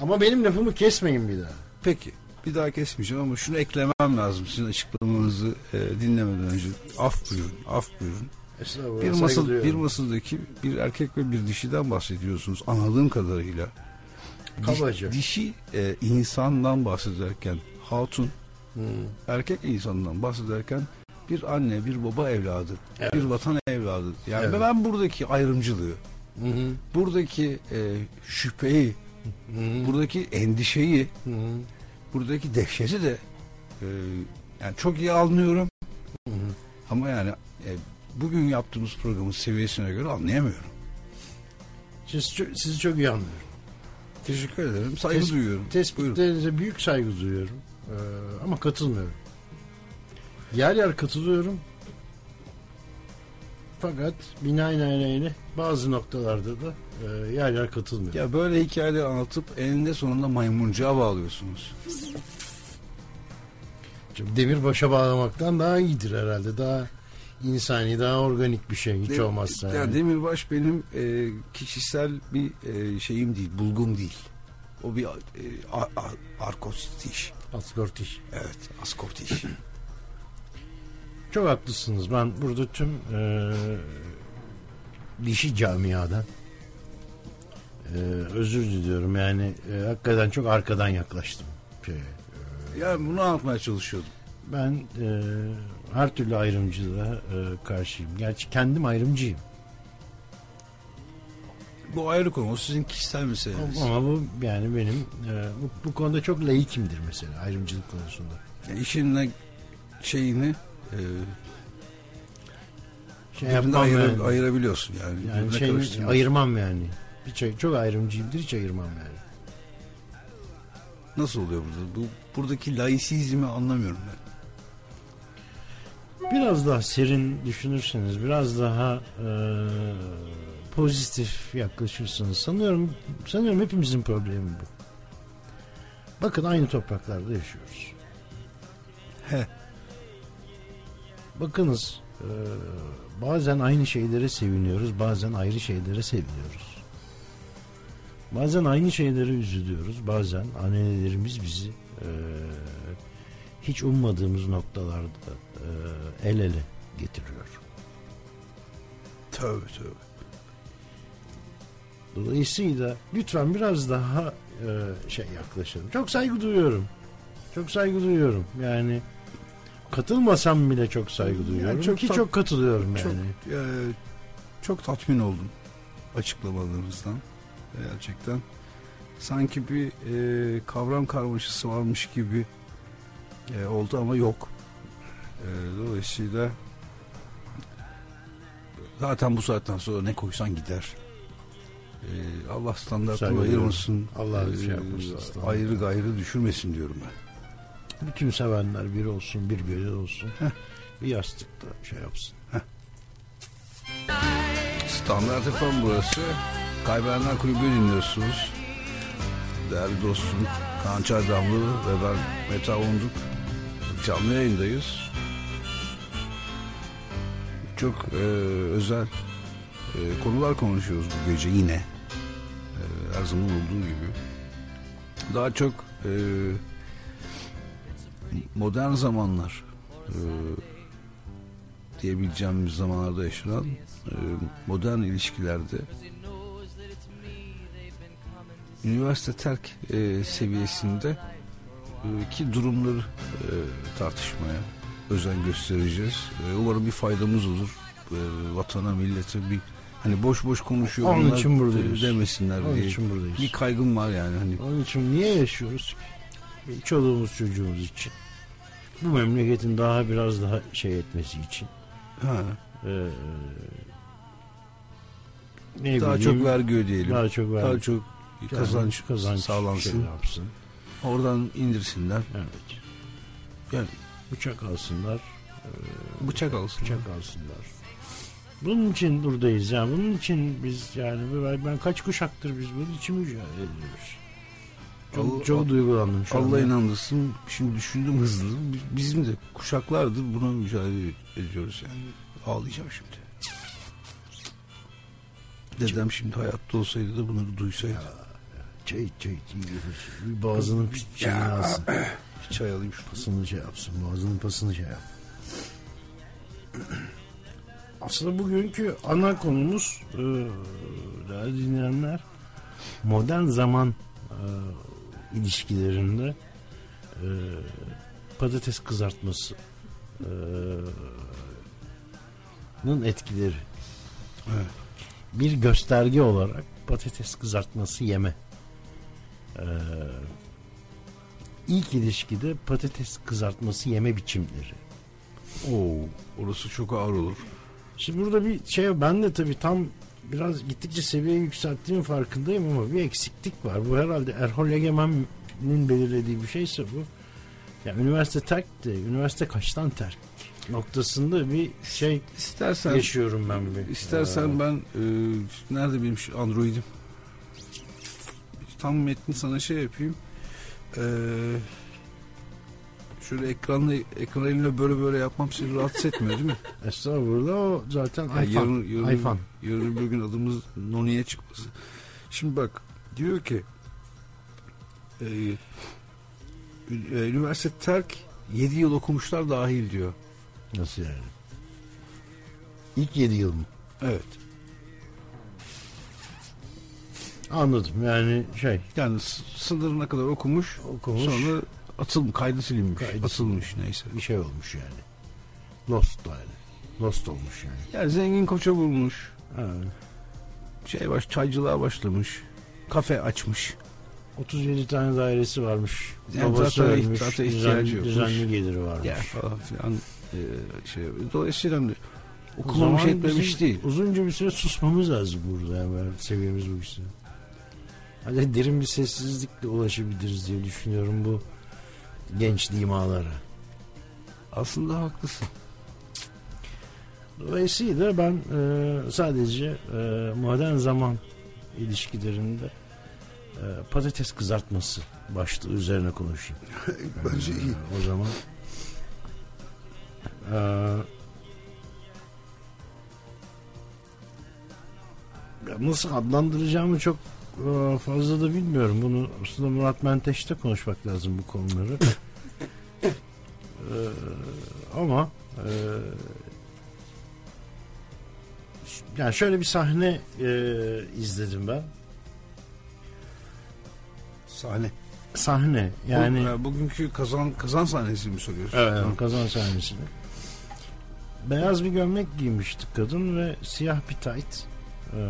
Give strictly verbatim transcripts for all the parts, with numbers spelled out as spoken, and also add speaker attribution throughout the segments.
Speaker 1: Ama benim lafımı kesmeyin bir daha.
Speaker 2: Peki. Bir daha kesmeyeceğim ama şunu eklemem lazım sizin açıklamanızı e, dinlemeden önce. Af buyurun, af buyurun. Bir masal, bir masaldaki bir erkek ve bir dişiden bahsediyorsunuz anladığım kadarıyla.
Speaker 1: Kabaca.
Speaker 2: Diş, dişi e, insandan bahsederken hatun,
Speaker 1: hmm.
Speaker 2: erkek insandan bahsederken bir anne, bir baba evladı, evet. bir vatan evladı. Yani evet. ben buradaki ayrımcılığı,
Speaker 1: hı hı.
Speaker 2: buradaki e, şüpheyi, hı hı. buradaki endişeyi, hı hı. buradaki dehşeti de e, yani çok iyi anlıyorum. Hı hı. Ama yani e, bugün yaptığımız programın seviyesine göre anlayamıyorum.
Speaker 1: Siz, sizi çok iyi anlıyorum.
Speaker 2: Teşekkür ederim. Saygı Tes, duyuyorum.
Speaker 1: Tespitlerinize büyük saygı duyuyorum. Ee, ama katılmıyorum. Yer yer katılıyorum. Fakat binaenaleyh bazı noktalarda da e, yer yer katılmıyorum.
Speaker 2: Ya böyle hikayeleri anlatıp eninde sonunda maymuncuğa bağlıyorsunuz.
Speaker 1: Demir başa bağlamaktan daha iyidir herhalde. Daha insani, daha organik bir şey hiç de, olmazsa.
Speaker 2: Yani. Demirbaş benim e, kişisel bir e, şeyim değil, bulgum değil. O bir e, arkostiş.
Speaker 1: Askortiş.
Speaker 2: Evet, askortiş.
Speaker 1: Çok haklısınız. Ben burada tüm e, dişi camiadan e, özür diliyorum. Yani e, hakikaten çok arkadan yaklaştım. Şey, e,
Speaker 2: yani bunu anlatmaya çalışıyordum.
Speaker 1: Ben e, her türlü ayrımcılığa e, karşıyım. Gerçi kendim ayrımcıyım.
Speaker 2: Bu ayrı konu. O sizin kişisel meseleniz.
Speaker 1: Ama bu yani benim e, bu, bu konuda çok laikimdir mesela ayrımcılık konusunda.
Speaker 2: Yani işinle şeyini e,
Speaker 1: şey yapmam
Speaker 2: ayıra,
Speaker 1: yani.
Speaker 2: ayırabiliyorsun yani.
Speaker 1: Yani şey, ayırmam yani. Hiç, çok ayrımcıyımdır, hiç ayırmam yani.
Speaker 2: Nasıl oluyor burada? Bu buradaki laisizmi anlamıyorum ben.
Speaker 1: Biraz daha serin düşünürseniz, biraz daha e, pozitif yaklaşırsınız. Sanıyorum, sanıyorum hepimizin problemi bu. Bakın aynı topraklarda yaşıyoruz.
Speaker 2: He.
Speaker 1: Bakınız, e, bazen aynı şeylere seviniyoruz, bazen ayrı şeylere seviniyoruz. Bazen aynı şeylere üzülüyoruz, bazen annelerimiz bizi e, hiç ummadığımız noktalarda e, el ele getiriyor.
Speaker 2: Tövbe tövbe.
Speaker 1: Dolayısıyla lütfen biraz daha e, şey yaklaşalım. Çok saygı duyuyorum. Çok saygı duyuyorum. Yani katılmasam bile çok saygı duyuyorum. Yani çok, ki çok katılıyorum
Speaker 2: çok,
Speaker 1: yani.
Speaker 2: E, çok tatmin oldum açıklamalarınızdan. Gerçekten. Sanki bir e, kavram karmaşası varmış gibi e, oldu ama yok. E, dolayısıyla zaten bu saatten sonra ne koysan gider. E, Allah standartını ayırmasın.
Speaker 1: Allah
Speaker 2: e,
Speaker 1: şey yapmasın.
Speaker 2: Ayrı gayrı düşürmesin diyorum ben.
Speaker 1: Bütün sevenler bir olsun, bir göz olsun. Heh. Bir yastıkta şey yapsın. Heh.
Speaker 2: Standart F M burası. Kaybedenler Kulübü dinliyorsunuz. Değerli dostum Kaan Çardamlı ve ben Meta Onduk canlı yayındayız. Çok e, özel e, konular konuşuyoruz bu gece yine. E, her zaman olduğu gibi. Daha çok e, modern zamanlar e, diyebileceğimiz zamanlarda yaşanan e, modern ilişkilerde üniversite terk e, seviyesinde e, ki durumları e, tartışmaya özen göstereceğiz. E, umarım bir faydamız olur. E, vatana, millete bir hani boş boş konuşuyor.
Speaker 1: Onun için buradayız.
Speaker 2: Demesinler
Speaker 1: Onun
Speaker 2: diye.
Speaker 1: için buradayız.
Speaker 2: Bir kaygım var yani. Hani.
Speaker 1: Onun için niye yaşıyoruz ki? Çoluğumuz çocuğumuz için. Bu memleketin daha biraz daha şey etmesi için.
Speaker 2: Ha.
Speaker 1: Ee, ne
Speaker 2: daha
Speaker 1: bileyim,
Speaker 2: çok vergi ödeyelim.
Speaker 1: Daha çok vergi.
Speaker 2: Daha çok kazanç, yani, kazanç sağlansın.
Speaker 1: Şey yapsın.
Speaker 2: Oradan indirsinler.
Speaker 1: Evet.
Speaker 2: Yani
Speaker 1: bıçak alsınlar.
Speaker 2: E, bıçak alsınlar.
Speaker 1: Bıçak alsınlar. Bunun için buradayız yani. Bunun için biz yani ben kaç kuşaktır biz bunun için mücadele ediyoruz. Çok, Allah, çok duygulandım şu
Speaker 2: Allah
Speaker 1: anda.
Speaker 2: inandırsın. Şimdi düşündüm hızlı. Bizim de kuşaklardır buna mücadele ediyoruz yani. Ağlayacağım şimdi. Dedem şimdi hayatta olsaydı da bunları duysaydı.
Speaker 1: çay çay iyi gelir. Bir boğazının çayını alsın.
Speaker 2: Çay alayım şu.
Speaker 1: Pasını şey yapsın. Boğazının pasını şey yap. Aslında bugünkü ana konumuz e, değerli dinleyenler, modern zaman e, ilişkilerinde e, patates kızartması e, nın etkileri.
Speaker 2: Evet.
Speaker 1: Bir gösterge olarak patates kızartması yeme. Ee, ilk ilişkide patates kızartması yeme biçimleri.
Speaker 2: Oo, orası çok ağır olur.
Speaker 1: Şimdi burada bir şey, ben de tabii tam biraz gittikçe seviyeyi yükselttiğim farkındayım ama bir eksiklik var. Bu herhalde Erhol Egemen'in belirlediği bir şeyse bu. Yani üniversite terk de, üniversite kaçtan terk noktasında bir şey
Speaker 2: istersen
Speaker 1: yaşıyorum ben bir.
Speaker 2: İstersen
Speaker 1: ee,
Speaker 2: ben e, nerede benim şu Android'im? Tam metni sana şey yapayım. Eee şöyle ekranla ekran elimle böyle böyle yapmam seni rahatsız etmiyor değil mi?
Speaker 1: Estağfurullah, o zaten
Speaker 2: Yani
Speaker 1: iPhone.
Speaker 2: yarın, yarın,
Speaker 1: iPhone.
Speaker 2: yarın bir gün adımız Noni'ye çıkması. Şimdi bak diyor ki e, üniversite terk yedi yıl okumuşlar dahil diyor.
Speaker 1: Nasıl yani? İlk yedi yıl mı?
Speaker 2: Evet.
Speaker 1: Anladım, yani şey.
Speaker 2: Yani sınırına kadar okumuş,
Speaker 1: Okumuş.
Speaker 2: Sonra atılmış, kaydı silinmiş.
Speaker 1: Kaydı
Speaker 2: atılmış
Speaker 1: silinmiş.
Speaker 2: neyse.
Speaker 1: Bir şey olmuş yani. Lost yani. Lost olmuş yani.
Speaker 2: Yani zengin koça bulmuş.
Speaker 1: Ha.
Speaker 2: Şey baş, çaycılığa başlamış. Kafe açmış.
Speaker 1: otuz yedi tane dairesi varmış.
Speaker 2: Yani
Speaker 1: Babası
Speaker 2: zaten
Speaker 1: ölmüş.
Speaker 2: zaten
Speaker 1: Düzen,
Speaker 2: ihtiyacı yokmuş.
Speaker 1: düzenli geliri varmış.
Speaker 2: Ya falan filan e, şey. Dolayısıyla
Speaker 1: O
Speaker 2: okumamış
Speaker 1: zaman
Speaker 2: etmemiş
Speaker 1: bizim
Speaker 2: değil.
Speaker 1: uzunca bir süre susmamız lazım burada. Yani böyle seviyemiz bu işte. Hadi derin bir sessizlikle ulaşabiliriz diye düşünüyorum bu genç limalara.
Speaker 2: Aslında haklısın.
Speaker 1: Dolayısıyla ben e, sadece e, modern zaman ilişkilerinde e, patates kızartması başlığı üzerine konuşayım.
Speaker 2: Bence iyi.
Speaker 1: E, o zaman e, nasıl adlandıracağımı çok e, fazla da bilmiyorum. Bunu aslında Murat Menteş'te konuşmak lazım bu konuları. e, ama e, yani şöyle bir sahne e, izledim ben.
Speaker 2: Sahne.
Speaker 1: Sahne yani.
Speaker 2: Bugün, bugünkü kazan kazan sahnesini mi soruyorsun?
Speaker 1: Evet, kazan sahnesini. Beyaz bir gömlek giymişti kadın ve siyah bir tayt. Ee,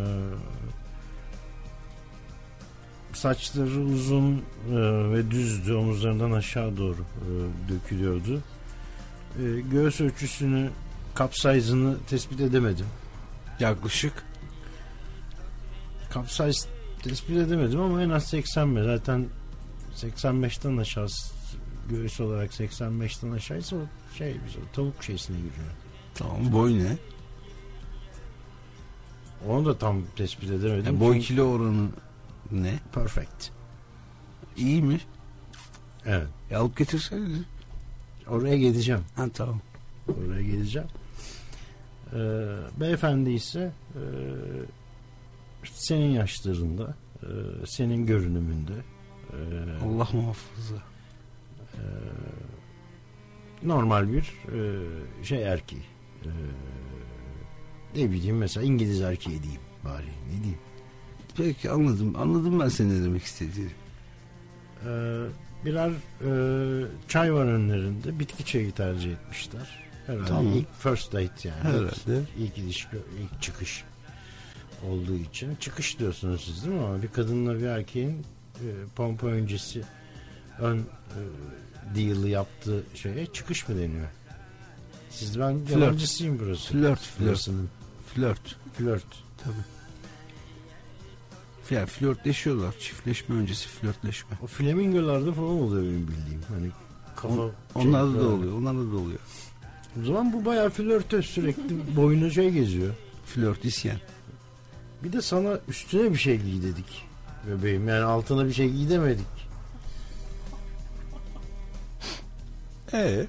Speaker 1: saçları uzun e, ve düzdü, omuzlarından aşağı doğru e, dökülüyordu. E, göğüs ölçüsünü, kapsayızını tespit edemedim.
Speaker 2: Yaklaşık.
Speaker 1: Kapsayız tespit edemedim ama en az seksen mi? Zaten seksen beşten aşağı, göğüs olarak seksen beşten aşağıysa o şey, biz o tavuk şeysine giriyor.
Speaker 2: Tamam, boy ne?
Speaker 1: Onu da tam tespit edemedim.
Speaker 2: Yani boy
Speaker 1: Çünkü
Speaker 2: kilo oranı ne?
Speaker 1: perfect.
Speaker 2: İyi mi?
Speaker 1: Evet.
Speaker 2: E, alıp getirseniz.
Speaker 1: Oraya geleceğim.
Speaker 2: Ha tamam.
Speaker 1: Oraya geleceğim. Ee, beyefendi ise e, senin yaşlarında, e, senin görünümünde. E,
Speaker 2: Allah muhafaza.
Speaker 1: E, normal bir e, şey erkeği. E, ne bileyim, mesela İngiliz erkeği diyeyim bari. Ne diyeyim?
Speaker 2: Peki, anladım. Anladım ben senin ne demek istediğini.
Speaker 1: E, birer e, çay var önlerinde. Bitki çayı tercih etmişler. Herhalde
Speaker 2: Tamam.
Speaker 1: ilk first date yani.
Speaker 2: Herhalde.
Speaker 1: İlk ilişki, ilk çıkış olduğu için. Çıkış diyorsunuz siz değil mi? Ama bir kadınla bir erkeğin e, pompa öncesi ön e, deal'ı yaptığı şeye çıkış mı deniyor? Siz, ben
Speaker 2: Flört.
Speaker 1: yalancısıyım burası.
Speaker 2: Flört, flört.
Speaker 1: Burasının.
Speaker 2: Flört.
Speaker 1: Flört.
Speaker 2: Tabii. Yani flörtleşiyorlar. Çiftleşme öncesi flörtleşme.
Speaker 1: O flamingolarda falan oluyor benim bildiğim. Hani kafa
Speaker 2: On,
Speaker 1: şey,
Speaker 2: onlarda da
Speaker 1: böyle.
Speaker 2: oluyor. Onlarda da oluyor.
Speaker 1: O zaman bu bayağı flörtöz, sürekli boynu şey geziyor.
Speaker 2: Flörtisyen.
Speaker 1: Bir de sana üstüne bir şey giy dedik bebeğim. Yani altına bir şey giy demedik.
Speaker 2: Ee?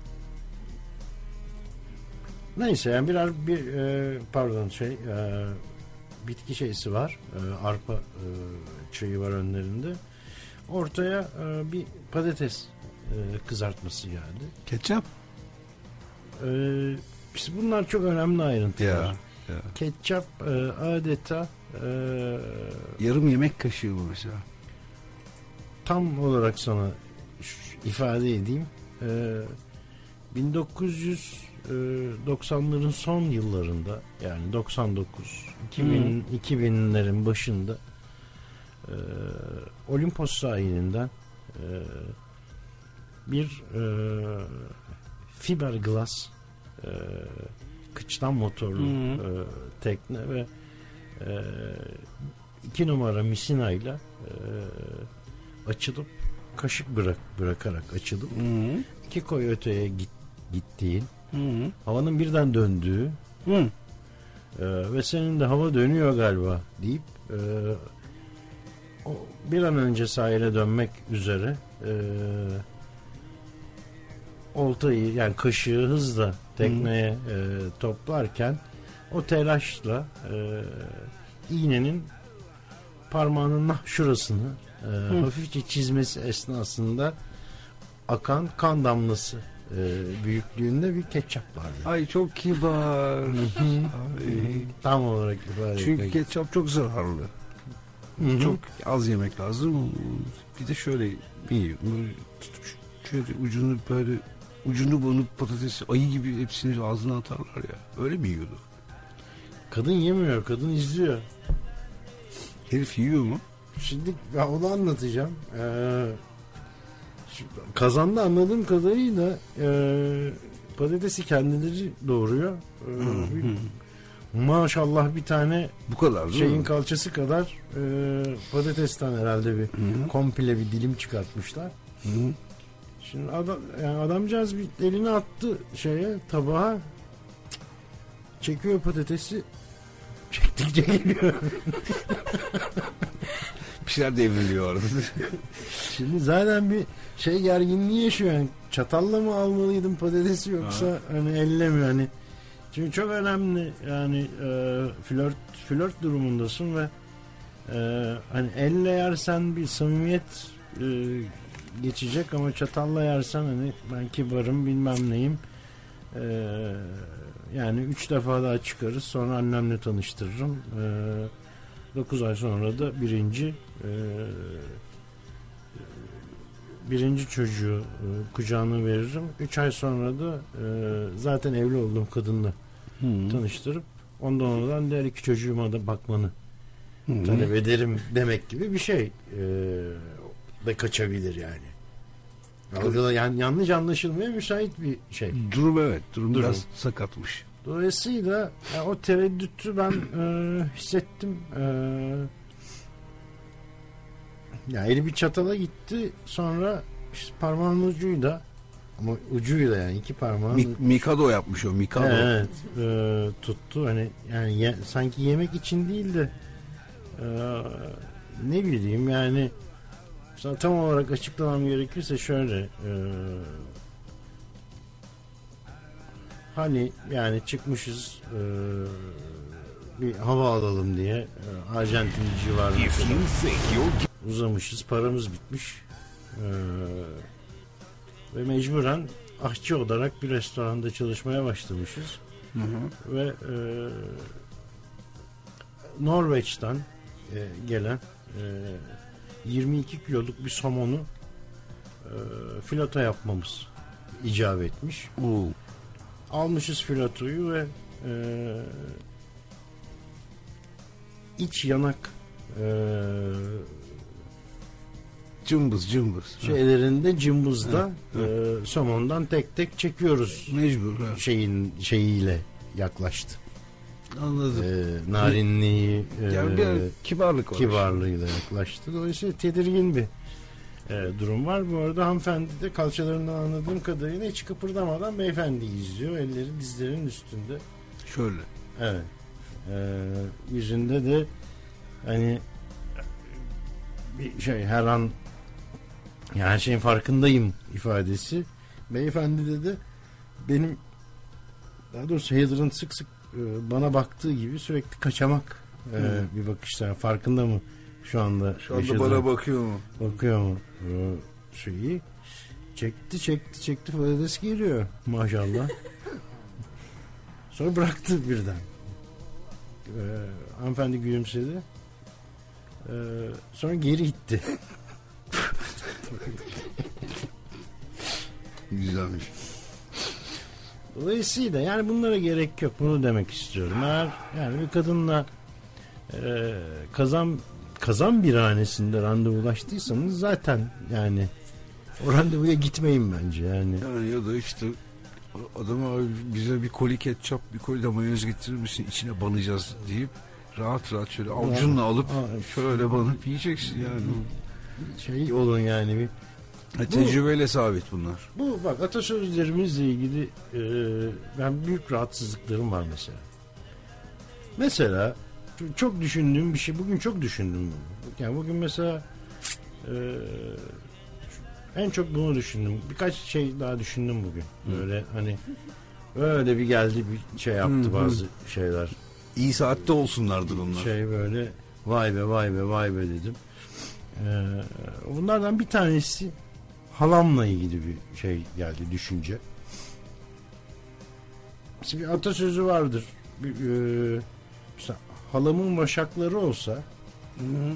Speaker 1: Neyse, yani birer bir e, pardon şey e, bitki şeysi var. E, arpa e, çayı var önlerinde. ortaya e, bir patates e, kızartması geldi.
Speaker 2: Ketçap?
Speaker 1: E, işte bunlar çok önemli ayrıntılar.
Speaker 2: Ya, ya.
Speaker 1: Ketçap e, adeta e,
Speaker 2: yarım yemek kaşığı bu mesela.
Speaker 1: Tam olarak sana ş- ifade edeyim. E, bin dokuz yüz doksanların son yıllarında, yani doksan dokuz iki bin hmm. iki binlerin başında e, Olimpos sahilinden e, bir e, fiberglass e, kıçtan motorlu hmm. e, tekne ve e, iki numara misinayla e, açılıp kaşık bırak bırakarak açılıp hmm. iki koy öteye git, gittiğin hmm. havanın birden döndüğü hmm. e, ve senin de hava dönüyor galiba deyip e, o, bir an önce sahile dönmek üzere e, oltayı, yani kaşığı hızla tekneye e, toplarken o telaşla e, iğnenin parmağının şurasını e, hafifçe çizmesi esnasında akan kan damlası e, büyüklüğünde bir ketçap vardı.
Speaker 2: Ay çok kibar. Ay.
Speaker 1: Tam olarak ifade.
Speaker 2: Çünkü ketçap çok zararlı. Hı-hı. Çok az yemek lazım. Bir de şöyle bir şöyle ucunu böyle ucunu bunup patatesi ayı gibi hepsini ağzına atarlar ya. Öyle mi yiyordu?
Speaker 1: Kadın yemiyor, kadın izliyor.
Speaker 2: Herif yiyor mu?
Speaker 1: Şimdi ya onu anlatacağım. Ee, kazanda anladığım kadarıyla e, patatesi kendileri doğuruyor. Ee, bir, maşallah bir tane
Speaker 2: bu kadar
Speaker 1: şeyin kalçası kadar e, patatesten herhalde bir Hı-hı. komple bir dilim çıkartmışlar. Hı-hı. Şimdi adam, yani adamcağız bir elini attı şeye, tabağa, çekiyor patatesi, çektikçe geliyor.
Speaker 2: Bir şeyler devriliyor orada.
Speaker 1: Şimdi zaten bir şey gerginliği yaşıyor. Yani çatalla mı almalıydım patatesi yoksa ha. hani elle mi, hani çünkü çok önemli yani e, flört flört durumundasın ve e, hani elle yersen bir samimiyet e, geçecek ama çatalla yersen hani ben kibarım bilmem neyim e, yani üç defa daha çıkarız, sonra annemle tanıştırırım, e, dokuz ay sonra da birinci e, birinci çocuğu e, kucağına veririm, üç ay sonra da e, zaten evli olduğum kadınla hmm. tanıştırıp ondan ondan diğer iki çocuğuma da bakmanı hmm. talep ederim demek gibi bir şey e, de kaçabilir yani. Algıda yani yanlış anlaşılmaya müsait bir şey.
Speaker 2: Durum evet. Durum, durum. biraz sakatmış.
Speaker 1: Dolayısıyla yani o tereddütü ben e, hissettim. E, yani eli bir çatala gitti, sonra işte parmağın ucuyla, ama ucuyla yani iki parmağın.
Speaker 2: Mik- Mikado yapmış o. Mikado.
Speaker 1: Evet. E, tuttu. Hani yani ye, sanki yemek için değil de e, ne bileyim yani tam olarak açıklamam gerekirse şöyle e, hani yani çıkmışız e, bir hava alalım diye e, Arjantin civarında uzamışız, paramız bitmiş e, ve mecburen aşçı olarak bir restoranda çalışmaya başlamışız. Hı hı. Ve e, Norveç'ten e, gelen e, yirmi iki kiloluk bir somonu e, fileto yapmamız icap etmiş. Oo. Almışız filetoyu ve e, iç yanak e,
Speaker 2: cımbız cımbız
Speaker 1: şeylerinde cımbızda e, somondan tek tek çekiyoruz.
Speaker 2: Mecbur. Ha.
Speaker 1: Şeyin şeyiyle yaklaştı.
Speaker 2: Anladım.
Speaker 1: E, narinliği e,
Speaker 2: yani bir kibarlık var.
Speaker 1: Kibarlığıyla yaklaştı. Dolayısıyla tedirgin bir e, durum var. Bu arada hanımefendi de kalçalarından anladığım kadarıyla hiç kıpırdamadan beyefendiyi izliyor. Elleri dizlerinin üstünde.
Speaker 2: Şöyle.
Speaker 1: Evet. E, yüzünde de hani bir şey, her an yani her şeyin farkındayım ifadesi. Beyefendide de benim, daha doğrusu Heather'ın sık sık e, bana baktığı gibi sürekli kaçamak e, bir bakışlar. Farkında mı Şu anda
Speaker 2: Şu anda
Speaker 1: yaşadığı,
Speaker 2: bana bakıyor mu?
Speaker 1: Bakıyor mu? O şeyi çekti çekti çekti faydası geliyor maşallah. Sonra bıraktı birden. Ee, hanımefendi gülümsedi. Ee, sonra geri itti.
Speaker 2: Güzelmiş.
Speaker 1: Dolayısıyla yani bunlara gerek yok. Bunu demek istiyorum. Eğer yani bir kadınla e, kazan kazan bir hanesinde randevulaştıysanız zaten yani o randevuya gitmeyin bence yani.
Speaker 2: Yani ya da işte adama bize bir koli ketçap, bir koli de mayonez getirir misin? İçine banacağız deyip rahat rahat şöyle avucunla alıp şöyle banıp yiyeceksin yani.
Speaker 1: Şey olun yani bir.
Speaker 2: Ha, tecrübeyle bu, sabit bunlar.
Speaker 1: Bu bak atasözlerimizle ilgili e, ben büyük rahatsızlıklarım var mesela. Mesela çok düşündüğüm bir şey. Bugün çok düşündüm bunu. Yani bugün mesela e, en çok bunu düşündüm. Birkaç şey daha düşündüm bugün. Böyle hani öyle bir geldi bir şey yaptı bazı şeyler.
Speaker 2: İyi saatte olsunlardır onlar.
Speaker 1: Şey böyle vay be vay be vay be dedim. Ee, bunlardan bir tanesi halamla ilgili bir şey geldi, düşünce. Mesela bir atasözü vardır. Bir, e, mesela halamın başakları olsa
Speaker 2: hı hı.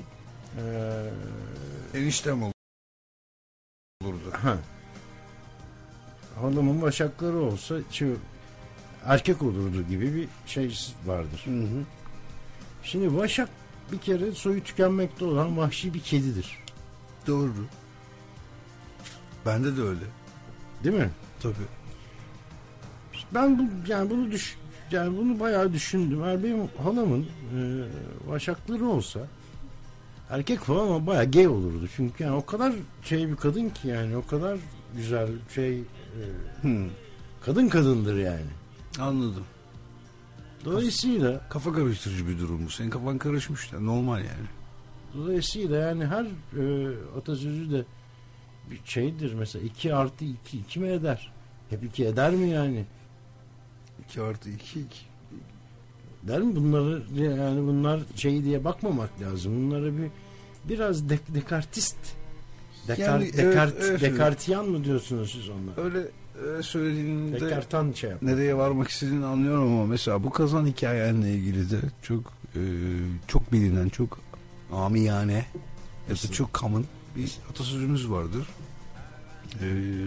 Speaker 1: E,
Speaker 2: eniştem olurdu.
Speaker 1: Ha. Halamın başakları olsa şu, erkek olurdu gibi bir şey vardır.
Speaker 2: Hı hı.
Speaker 1: Şimdi başak bir kere soyu tükenmekte olan vahşi bir kedidir.
Speaker 2: Doğru. Bende de öyle.
Speaker 1: Değil mi?
Speaker 2: Tabii.
Speaker 1: Ben bu yani bunu düş yani bunu bayağı düşündüm. Eğer benim halamın e, başakları olsa erkek falan ama bayağı gay olurdu. Çünkü yani o kadar şey bir kadın ki yani o kadar güzel şey e,
Speaker 2: hmm.
Speaker 1: kadın kadındır yani.
Speaker 2: Anladım.
Speaker 1: Dolayısıyla
Speaker 2: kafa karıştırıcı bir durum bu. Senin kafan karışmış da normal yani.
Speaker 1: Dolayısıyla yani her e, atasözü de bir şeydir mesela iki artı iki iki mi eder? Hep iki eder mi yani?
Speaker 2: iki artı iki iki.
Speaker 1: Der mi bunları yani bunlar şey diye bakmamak lazım. Bunlara bir biraz de, dekartist Dekart, yani, dekart, evet, evet, dekartiyan mı diyorsunuz siz onlar?
Speaker 2: Öyle e, söylediğinde
Speaker 1: Dekartan şey yapar.
Speaker 2: Nereye varmak istediğini anlıyorum ama mesela bu kazan hikayenle ilgili de çok e, çok bilinen, çok amiyane ya da çok common bir atasözümüz vardır. E,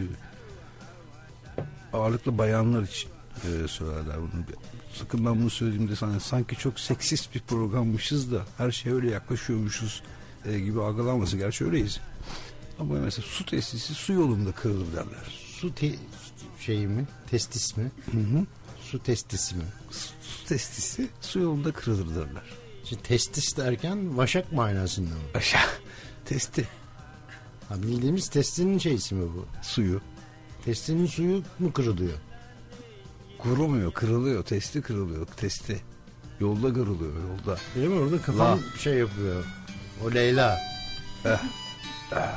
Speaker 2: ağırlıklı bayanlar için e, söylerler bunu. Sakın ben bunu söylediğimde sana sanki çok seksist bir programmışız da her şeye öyle yaklaşıyormuşuz e, gibi algılanması. Gerçi öyleyiz. Ama mesela su testisi su yolunda kırılır derler.
Speaker 1: Su te- şeyi mi? Testis mi?
Speaker 2: Hı hı.
Speaker 1: Su testisi mi?
Speaker 2: Su, su testisi su yolunda kırılır derler.
Speaker 1: Şimdi testis derken vaşak manasında mı?
Speaker 2: Vaşak. Testi.
Speaker 1: Ha, bildiğimiz testinin şeysi mi bu?
Speaker 2: Suyu.
Speaker 1: Testinin suyu mu kırılıyor?
Speaker 2: Kurumuyor, kırılıyor. Testi kırılıyor. Testi. Yolda kırılıyor, yolda.
Speaker 1: Değil mi? Orada kafam La. şey yapıyor. O Leyla.
Speaker 2: Eh. Eh.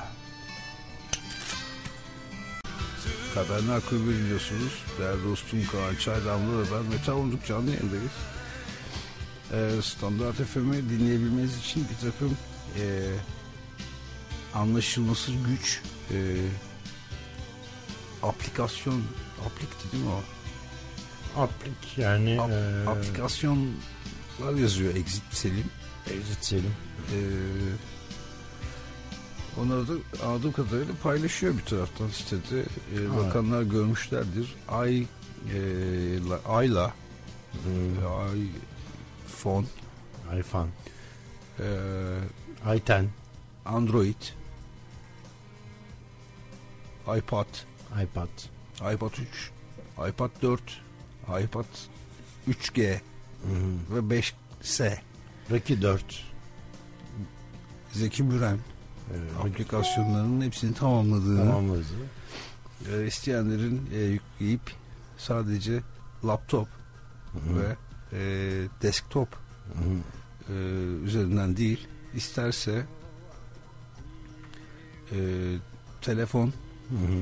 Speaker 2: Haberler Kulübü dinliyorsunuz. Değerli dostum Kaan Çaydanlı ve ben Mete Avunduk canlı yayındayız. Ee, Standart F M'i dinleyebilmeniz için bir takım e, anlaşılması güç e, aplikasyon aplik değil mi o?
Speaker 1: Aplik yani
Speaker 2: Ap,
Speaker 1: e,
Speaker 2: aplikasyonlar yazıyor Exit Selim.
Speaker 1: Exit Selim.
Speaker 2: Eee Onları da anladığım kadarıyla paylaşıyor bir taraftan sitede. Ee, bakanlar görmüşlerdir. Ay e, la, Ayla hmm. iPhone
Speaker 1: iPhone
Speaker 2: e,
Speaker 1: i ten
Speaker 2: Android iPad
Speaker 1: iPad
Speaker 2: iPad üç iPad dört iPad üç G hmm. ve beş S
Speaker 1: Raki dört
Speaker 2: Zeki Müren Evet. aplikasyonlarının hepsini tamamladığını
Speaker 1: tamamladı.
Speaker 2: E, isteyenlerin e, yükleyip sadece laptop Hı-hı. ve e, desktop e, üzerinden değil, isterse e, telefon, Hı-hı.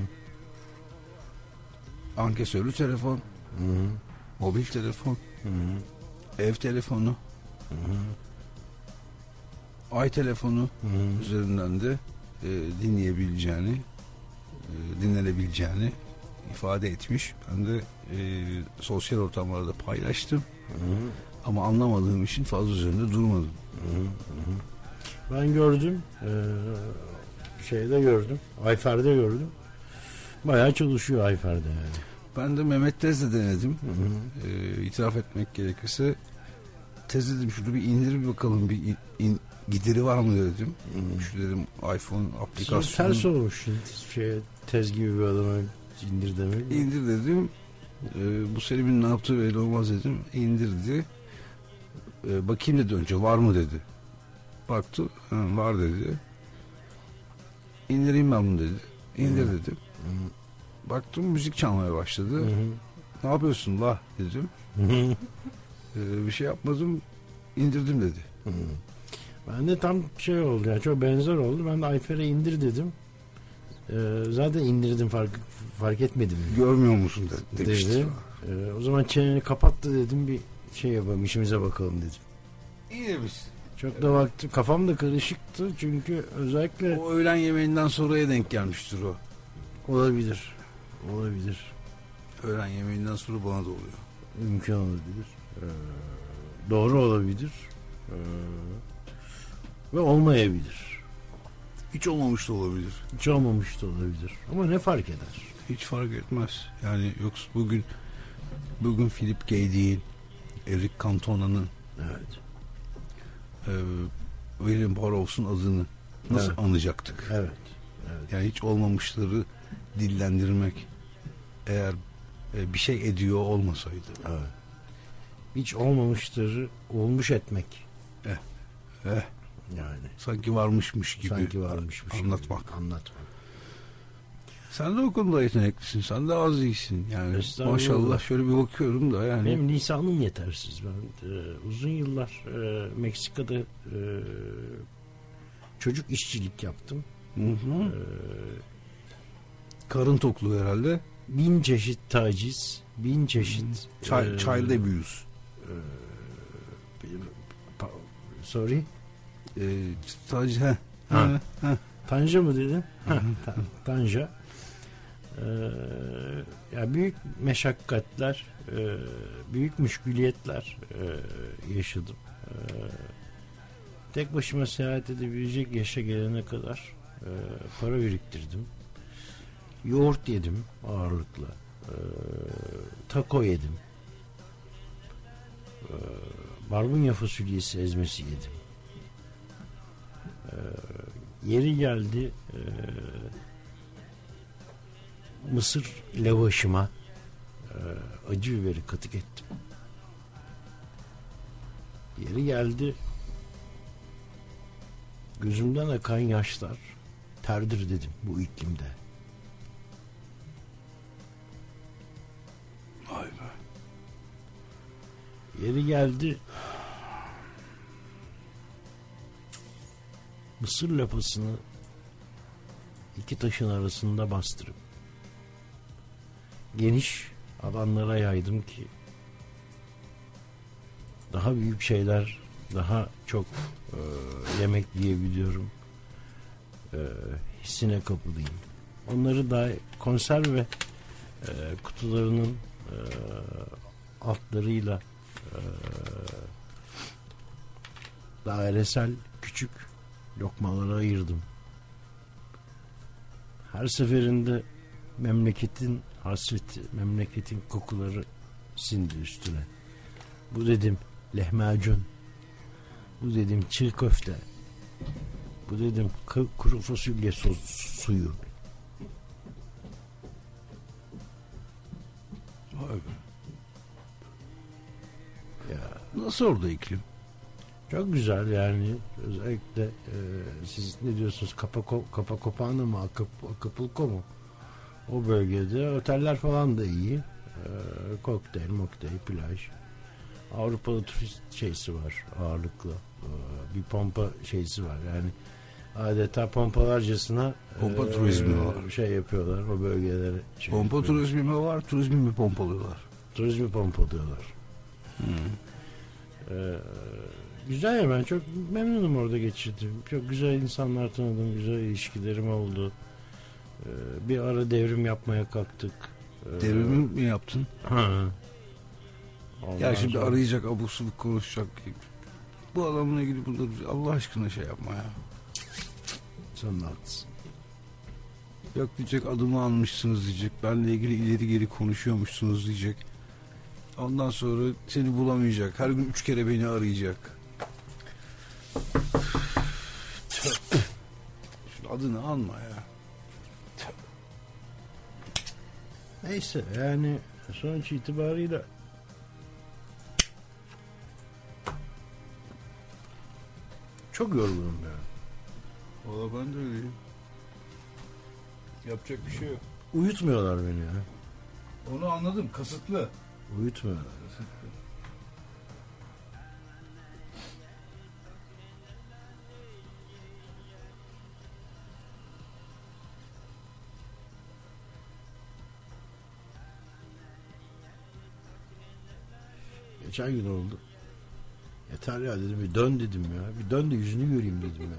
Speaker 2: ankesörlü telefon, Hı-hı. mobil telefon, Hı-hı. ev telefonu, Hı-hı. ay telefonu
Speaker 1: Hı.
Speaker 2: üzerinden de e, dinleyebileceğini, e, dinlenebileceğini ifade etmiş. Ben de e, sosyal ortamlarda paylaştım.
Speaker 1: Hı.
Speaker 2: Ama anlamadığım için fazla üzerinde durmadım.
Speaker 1: Hı hı. Ben gördüm. Ee, şeyde gördüm. Ayfer'de gördüm. Bayağı çalışıyor Ayfer'de yani.
Speaker 2: Ben de Mehmet Tez'le denedim.
Speaker 1: Hı hı.
Speaker 2: Ee, itiraf etmek gerekirse Tez dedim, şunu bir indir bir bakalım, bir in, in, gideri var mı dedim.
Speaker 1: Hı.
Speaker 2: Şu dedim iPhone
Speaker 1: Şimdi
Speaker 2: aplikasyonu.
Speaker 1: ters olmuş. Şey, Tez gibi bir adama indir demek.
Speaker 2: İndir dedim. Ee, bu Selim'in ne yaptığı belli olmaz dedim. İndirdi. Ee, bakayım dedi, önce var mı dedi. Baktı, ha, var dedi. İndireyim ben bunu dedi. İndir
Speaker 1: Hı.
Speaker 2: dedim.
Speaker 1: Hı.
Speaker 2: Baktım müzik çalmaya başladı.
Speaker 1: Hı hı.
Speaker 2: Ne yapıyorsun la dedim.
Speaker 1: Hı hı.
Speaker 2: Ee, bir şey yapmadım, indirdim dedi.
Speaker 1: Hı. Ben de tam şey oldu yani, çok benzer oldu. Ben de Ayfer'e indir dedim. Ee, zaten indirdim, fark fark etmedim.
Speaker 2: Görmüyor musun de, demişti.
Speaker 1: Dedi. Ee, o zaman çeneni kapattı dedim, bir şey yapalım, işimize bakalım dedim.
Speaker 2: İyi demişsin.
Speaker 1: Çok da vakti, kafam da karışıktı çünkü özellikle
Speaker 2: O öğlen yemeğinden sonraya denk gelmiştir o.
Speaker 1: olabilir. Olabilir.
Speaker 2: Öğlen yemeğinden sonra bana da oluyor.
Speaker 1: İmkan olabilir. Ee, doğru olabilir. Ee, ve olmayabilir.
Speaker 2: Hiç olmamış da olabilir.
Speaker 1: Hiç olmamış da olabilir. Ama ne fark eder?
Speaker 2: Hiç fark etmez. Yani yoksa bugün bugün Philip Gay değil, Eric Cantona'nın,
Speaker 1: Evet.
Speaker 2: e, William Burroughs'un adını nasıl
Speaker 1: Evet.
Speaker 2: anacaktık?
Speaker 1: Evet. Evet.
Speaker 2: Yani hiç olmamışları dillendirmek eğer e, bir şey ediyor olmasaydı.
Speaker 1: Evet. Hiç olmamıştır, olmuş etmek.
Speaker 2: Eh, eh,
Speaker 1: Yani.
Speaker 2: sanki varmışmış gibi
Speaker 1: Sanki varmışmış gibi
Speaker 2: anlatmak.
Speaker 1: Anlatmak.
Speaker 2: Sen de o konuda yeteneklisin. Sen de az iyisin. Yani
Speaker 1: Estağfurullah.
Speaker 2: maşallah, şöyle bir bakıyorum da yani.
Speaker 1: Benim lisanım yetersiz. Ben e, uzun yıllar e, Meksika'da e, çocuk işçilik yaptım.
Speaker 2: Hı hı.
Speaker 1: E,
Speaker 2: Karın tokluğu herhalde.
Speaker 1: bin çeşit taciz, bin çeşit
Speaker 2: Child,
Speaker 1: e,
Speaker 2: child abuse.
Speaker 1: e, pa- sorry.
Speaker 2: E, taciz, he.
Speaker 1: Ha.
Speaker 2: He, he.
Speaker 1: Tanja mı dedin? Ha, ta- tanja. Ee, ya büyük meşakkatler, e, büyük müşküliyetler e, yaşadım. E, tek başıma seyahat edebilecek yaşa gelene kadar e, para biriktirdim. Yoğurt yedim ağırlıkla. E, taco yedim. E, barbunya fasulyesi ezmesi yedim. E, yeri geldi e, mısır lavaşıma e, acı biberi katık ettim. Yeri geldi gözümden akan yaşlar terdir dedim bu iklimde.
Speaker 2: Vay be.
Speaker 1: Yeri geldi mısır lapasını iki taşın arasında bastırıp geniş alanlara yaydım ki daha büyük şeyler, daha çok e, yemek yiyebiliyorum e, hissine kapılayım. Onları da konserve e, kutularının e, altlarıyla e, dairesel küçük lokmalara ayırdım. Her seferinde memleketin hasreti, memleketin kokuları sindi üstüne. Bu dedim lahmacun, bu dedim çiğ köfte, bu dedim k- kuru fasulye sos, suyu.
Speaker 2: Vay be.
Speaker 1: Ya
Speaker 2: Nasıl orada iklim?
Speaker 1: çok güzel yani, özellikle e, siz ne diyorsunuz, Capaco, Capacopano mu, Acap- Acapulco mu? O bölgede oteller falan da iyi. E, kokteyl, mokteyl, plaj. Avrupalı turist şeysi var ağırlıklı. E, bir pompa şeysi var yani, adeta pompalarcasına
Speaker 2: Pompa
Speaker 1: e,
Speaker 2: turizmi var.
Speaker 1: şey yapıyorlar o bölgelere. Şey
Speaker 2: Pompa
Speaker 1: yapıyorlar.
Speaker 2: turizmi mi var? Turizmi mi pompalıyorlar?
Speaker 1: Turizmi pompalıyorlar.
Speaker 2: Hmm.
Speaker 1: Ee, Güzel ya, ben çok memnunum orada geçirdim. Çok güzel insanlar tanıdım, güzel ilişkilerim oldu. Ee, bir ara devrim yapmaya kalktık. Ee,
Speaker 2: Devrim mi yaptın?
Speaker 1: Ha.
Speaker 2: Ya şimdi
Speaker 1: sonra...
Speaker 2: arayacak, abuk subuk konuşacak. Bu adamla ilgili bunları Allah aşkına şey yapma ya.
Speaker 1: Sen de haklısın.
Speaker 2: Yok diyecek, adımı almışsınız diyecek. Benle ilgili ileri geri konuşuyormuşsunuz diyecek. Ondan sonra seni bulamayacak. Her gün üç kere beni arayacak. Şu adını alma ya.
Speaker 1: Neyse yani sonuç itibarıyla çok yorgunum ya.
Speaker 2: Valla ben de öyleyim. Yapacak bir şey yok.
Speaker 1: Uyutmuyorlar beni ya.
Speaker 2: Onu anladım, kasıtlı.
Speaker 1: Uyutmuyorlar.
Speaker 2: Kasıtlı.
Speaker 1: Geçen gün oldu. Yeter ya dedim, bir dön dedim ya. Bir dön de yüzünü göreyim dedim ya.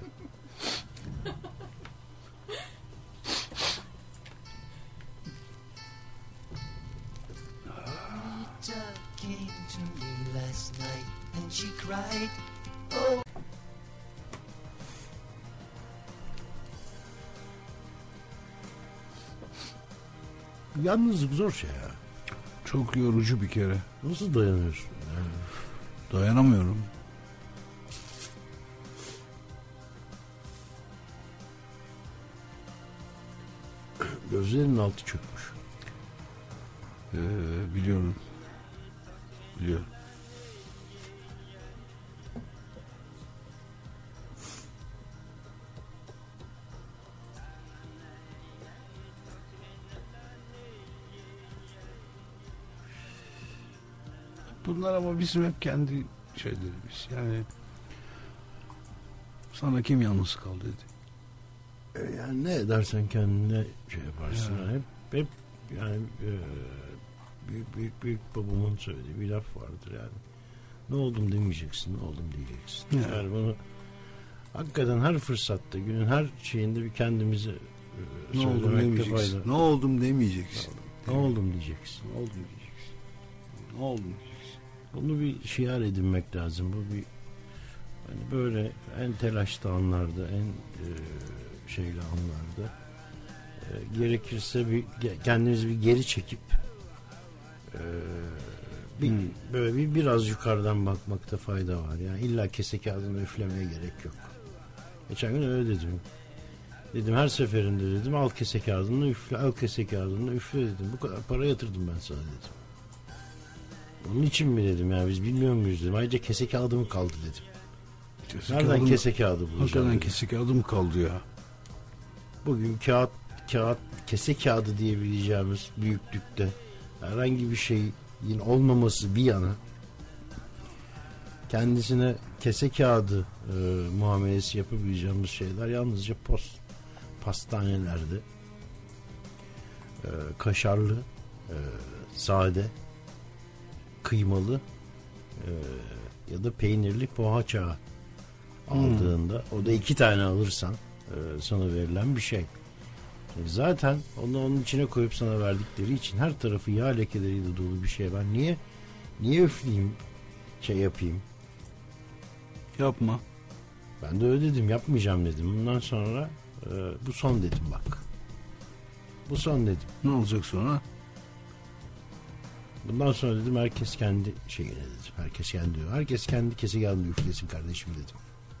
Speaker 1: Yalnızlık zor şey ya.
Speaker 2: Çok yorucu bir kere.
Speaker 1: Nasıl dayanıyorsun? Yani?
Speaker 2: Dayanamıyorum.
Speaker 1: Gözlerinin altı çökmüş.
Speaker 2: Ee, biliyorum. Biliyorum. Bunlar ama bizim hep kendi şeylerimiz. Yani sana kim yalnız kal dedi.
Speaker 1: E yani ne edersen kendine şey yaparsın.
Speaker 2: Ya.
Speaker 1: Yani hep, hep yani e, büyük, büyük büyük babamın söylediği bir laf vardır yani. Ne oldum demeyeceksin, ne oldum diyeceksin.
Speaker 2: Ya.
Speaker 1: Yani bunu hakikaten her fırsatta, günün her şeyinde bir kendimize e,
Speaker 2: Ne oldum
Speaker 1: söylemekte fayda.
Speaker 2: demeyeceksin. Ne oldum demeyeceksin.
Speaker 1: Ne oldum diyeceksin.
Speaker 2: Ne oldum diyeceksin. Ne oldum diyeceksin.
Speaker 1: Bunu bir şiar edinmek lazım. Bu bir hani böyle en telaşlı anlarda, en e, şeyli anlarda e, gerekirse bir kendimizi bir geri çekip e, bir hmm. böyle bir biraz yukarıdan bakmakta fayda var. Yani illa kese kağıdını üflemeye gerek yok. Geçen gün öyle dedim. Dedim her seferinde dedim al kese kağıdını üfle, al kese kağıdını üfle dedim. Bu kadar para yatırdım ben sana dedim. Onun için mi dedim ya, biz bilmiyor muyuz dedim. Ayrıca kese kağıdı mı kaldı dedim. Kese Nereden kağıdı kese kağıdı bulacağım?
Speaker 2: Hakikaten
Speaker 1: dedim.
Speaker 2: kese kağıdı mı kaldı ya?
Speaker 1: Bugün kağıt, kağıt, kese kağıdı diyebileceğimiz büyüklükte herhangi bir şeyin olmaması bir yana kendisine kese kağıdı e, muamelesi yapabileceğimiz şeyler yalnızca post, pastanelerde e, kaşarlı, e, sade, kıymalı e, ya da peynirli poğaça aldığında hmm. o da iki tane alırsan e, sana verilen bir şey. Şimdi zaten onu onun içine koyup sana verdikleri için her tarafı yağ lekeleriyle dolu bir şey. Ben niye niye üfleyeyim, şey yapayım?
Speaker 2: Yapma.
Speaker 1: Ben de öyle dedim, yapmayacağım dedim. Bundan sonra e, bu son dedim bak. Bu son dedim.
Speaker 2: Ne olacak sonra?
Speaker 1: Bundan sonra dedim herkes kendi şeyine dedim. Herkes kendi herkes kendi kese kağıdını üflesin kardeşim dedim.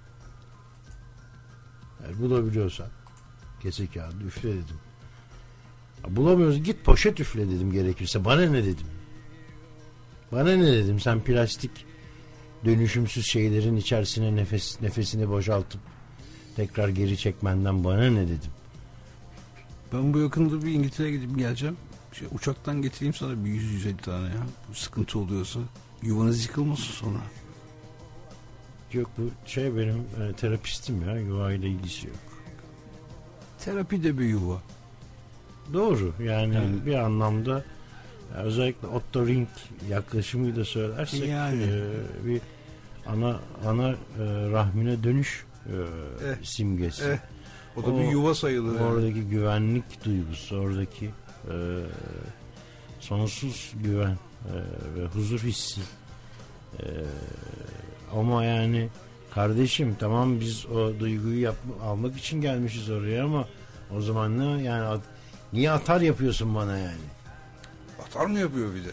Speaker 1: Eğer bulabiliyorsan kese kağıdı üfle dedim. Bulamıyoruz, git poşet üfle dedim gerekirse. Bana ne dedim. Bana ne dedim, sen plastik dönüşümsüz şeylerin içerisine nefes nefesini boşaltıp tekrar geri çekmenden bana ne dedim.
Speaker 2: Ben bu yakında bir İngiltere'ye gidip geleceğim. Şey, uçaktan getireyim sana bir yüz yüz elli tane ya. Bu sıkıntı oluyorsa. Yuvanız yıkılmasın sonra.
Speaker 1: Yok, bu şey benim e, terapistim ya. Yuva ile ilgisi yok.
Speaker 2: Terapi de bir yuva.
Speaker 1: Doğru. Yani, yani bir anlamda yani özellikle Otto Ring yaklaşımıyla söylersek
Speaker 2: yani.
Speaker 1: e, bir ana ana e, rahmine dönüş e,
Speaker 2: Eh,
Speaker 1: simgesi.
Speaker 2: Eh, o da
Speaker 1: O-
Speaker 2: bir yuva sayılır. yani.
Speaker 1: Oradaki güvenlik duygusu, oradaki e, sonsuz güven e, ve huzur hissi. E, ama yani kardeşim tamam biz o duyguyu yapma, almak için gelmişiz oraya ama o zaman ne yani at- niye atar yapıyorsun bana yani?
Speaker 2: Atar mı yapıyor bir de?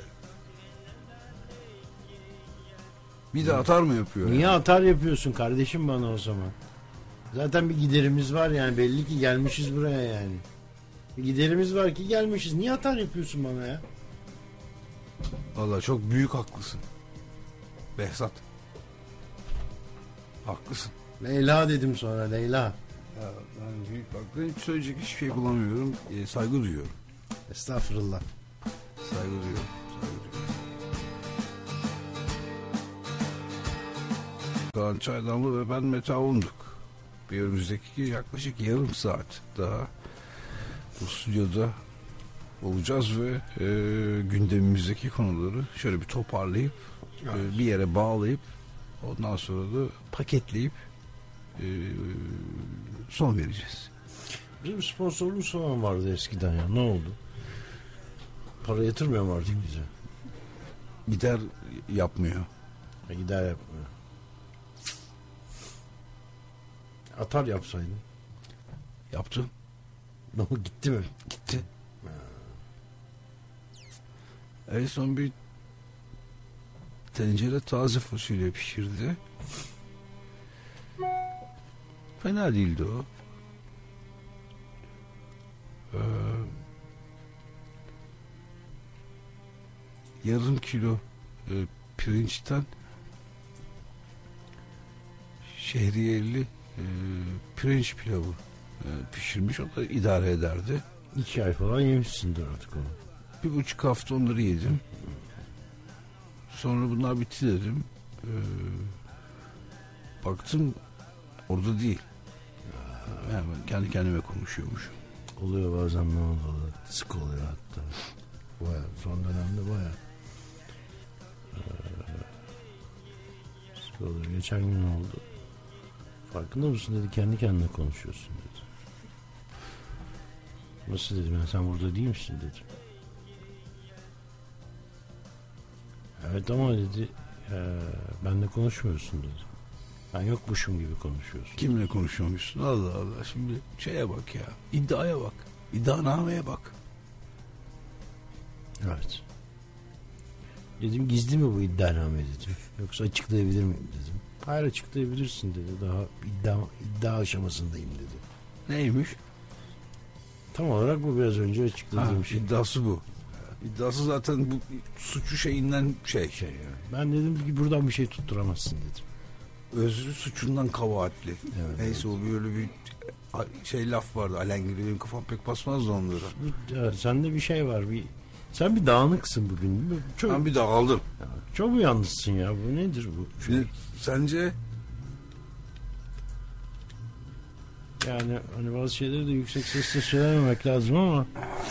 Speaker 2: Bir de atar mı yapıyor?
Speaker 1: Niye
Speaker 2: yani?
Speaker 1: atar yapıyorsun kardeşim bana o zaman? Zaten bir giderimiz var yani belli ki gelmişiz buraya yani. Bir giderimiz var ki gelmişiz. Niye atar yapıyorsun bana ya?
Speaker 2: Vallahi çok büyük haklısın. Behzat. Haklısın.
Speaker 1: Leyla dedim sonra Leyla.
Speaker 2: Ya ben büyük haklı. Hiç söyleyecek hiçbir şey bulamıyorum. Ee, saygı duyuyorum.
Speaker 1: Estağfurullah.
Speaker 2: Saygı duyuyorum. Saygı duyuyorum. Kaan Çaydanlı ve ben metaunduk. Bir önümüzdeki yaklaşık yarım saat daha bu stüdyoda olacağız ve e, gündemimizdeki konuları şöyle bir toparlayıp e, bir yere bağlayıp ondan sonra da paketleyip e, son vereceğiz.
Speaker 1: Bizim sponsorluğumuz falan vardı eskiden ya. Ne oldu? Para yatırmıyor mu artık bize?
Speaker 2: Gider yapmıyor.
Speaker 1: Ha, gider yapmıyor. Atar yapsaydın.
Speaker 2: Yaptı.
Speaker 1: Ne oldu, gitti mi?
Speaker 2: Gitti. En son bir tencere taze fasulye pişirdi. Fena değildi o. Ee, yarım kilo e, pirinçten şehriyeli e, pirinç pilavı e, pişirmiş. O da idare ederdi.
Speaker 1: İki ay falan yemişsindir artık onu.
Speaker 2: Bir buçuk hafta onları yedim. Sonra bunlar bitti dedim. Ee, baktım orada değil. Yani ben kendi kendime konuşuyormuşum.
Speaker 1: Oluyor bazen ne oldu? Sık oluyor hatta. Baya, son dönemde baya. Ee, sık oluyor. Geçen gün ne oldu? Farkında mısın dedi, kendi kendine konuşuyorsun dedi. Nasıl dedim, yani sen burada değil misin dedim. Evet ama dedi e, benle konuşmuyorsun dedi. Ben yokmuşum gibi konuşuyorsun.
Speaker 2: Kimle konuşuyormuşsun? Allah Allah. Şimdi şeye bak ya. İddiaya bak. İddianameye bak.
Speaker 1: Evet. Dedim gizli mi bu iddianame dedim. Yoksa açıklayabilir miyim dedim. Hayır açıklayabilirsin dedi. Daha iddia, iddia aşamasındayım dedi.
Speaker 2: Neymiş?
Speaker 1: Tam olarak bu biraz önce açıkladığım
Speaker 2: Ha,
Speaker 1: şey.
Speaker 2: iddiası bu. İddiası zaten bu suçu şeyinden şey.
Speaker 1: Şey yani. Ben dedim ki buradan bir şey tutturamazsın dedim.
Speaker 2: Özrü suçundan kabahatli.
Speaker 1: Evet,
Speaker 2: Neyse
Speaker 1: evet.
Speaker 2: o böyle bir şey laf vardı. Alengirli, benim kafam pek basmazdı onlara.
Speaker 1: Evet, sende bir şey var. Bir, sen bir dağınıksın bugün. Çok,
Speaker 2: Ben bir dağıldım.
Speaker 1: çok mu yalnızsın ya? Bu nedir bu?
Speaker 2: Şimdi sence
Speaker 1: Yani hani bazı şeyleri de yüksek sesle söylememek lazım ama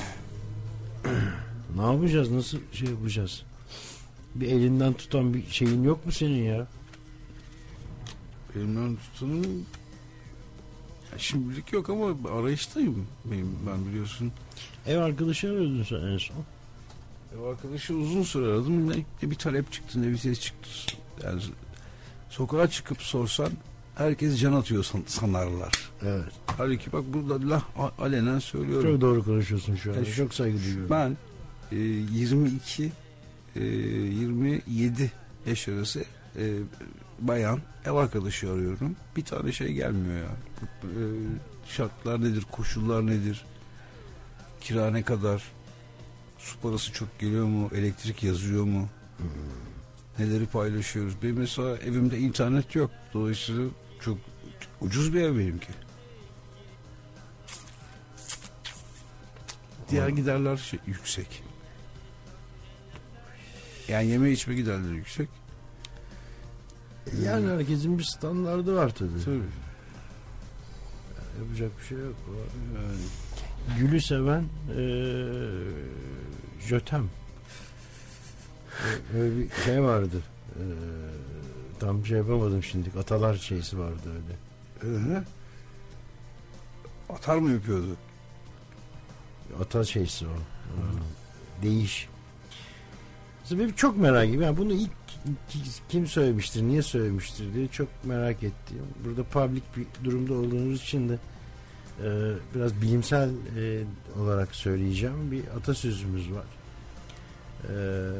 Speaker 1: ne yapacağız? Nasıl şey yapacağız? Bir elinden tutan bir şeyin yok mu senin ya?
Speaker 2: elimden tutanım ya şimdilik yok ama arayıştayım. Benim, ben biliyorsun.
Speaker 1: Ev arkadaşı arıyordun sen en son.
Speaker 2: Ev arkadaşı uzun süre aradım. Ne, ne bir talep çıktı ne bir ses çıktı. Yani sokağa çıkıp sorsan herkes can atıyor san, sanarlar.
Speaker 1: Evet.
Speaker 2: Halbuki bak burada lah alenen söylüyorum.
Speaker 1: Çok doğru konuşuyorsun şu an.
Speaker 2: Yani şu-
Speaker 1: Çok saygı duyuyorum.
Speaker 2: Ben e, yirmi iki e, yirmi yedi yaş arası e, bayan ev arkadaşı arıyorum. Bir tane şey gelmiyor ya. E, şartlar nedir, koşullar nedir? Kira ne kadar? Su parası çok geliyor mu? Elektrik yazıyor mu?
Speaker 1: Hmm.
Speaker 2: Neleri paylaşıyoruz? Benim mesela evimde internet yok. Dolayısıyla çok ucuz bir ev benimki. Diğer giderler şey, yüksek. Yani yeme içme giderleri yüksek.
Speaker 1: Yani herkesin bir standardı var tabii.
Speaker 2: Tabii.
Speaker 1: Yapacak bir şey yok.
Speaker 2: Yani
Speaker 1: Gülü seven ee, jötem. Öyle bir şey vardı. Ee, tam şey yapamadım şimdi. Atalar şeysi vardı öyle.
Speaker 2: Hı. Atar mı yapıyordu?
Speaker 1: Ata şeysi o. Hı. Değiş. Benim çok merak ediyorum. Yani bunu ilk kim söylemiştir, niye söylemiştir diye çok merak ettim. Burada public bir durumda olduğumuz için de e, biraz bilimsel e, olarak söyleyeceğim. Bir atasözümüz var. E,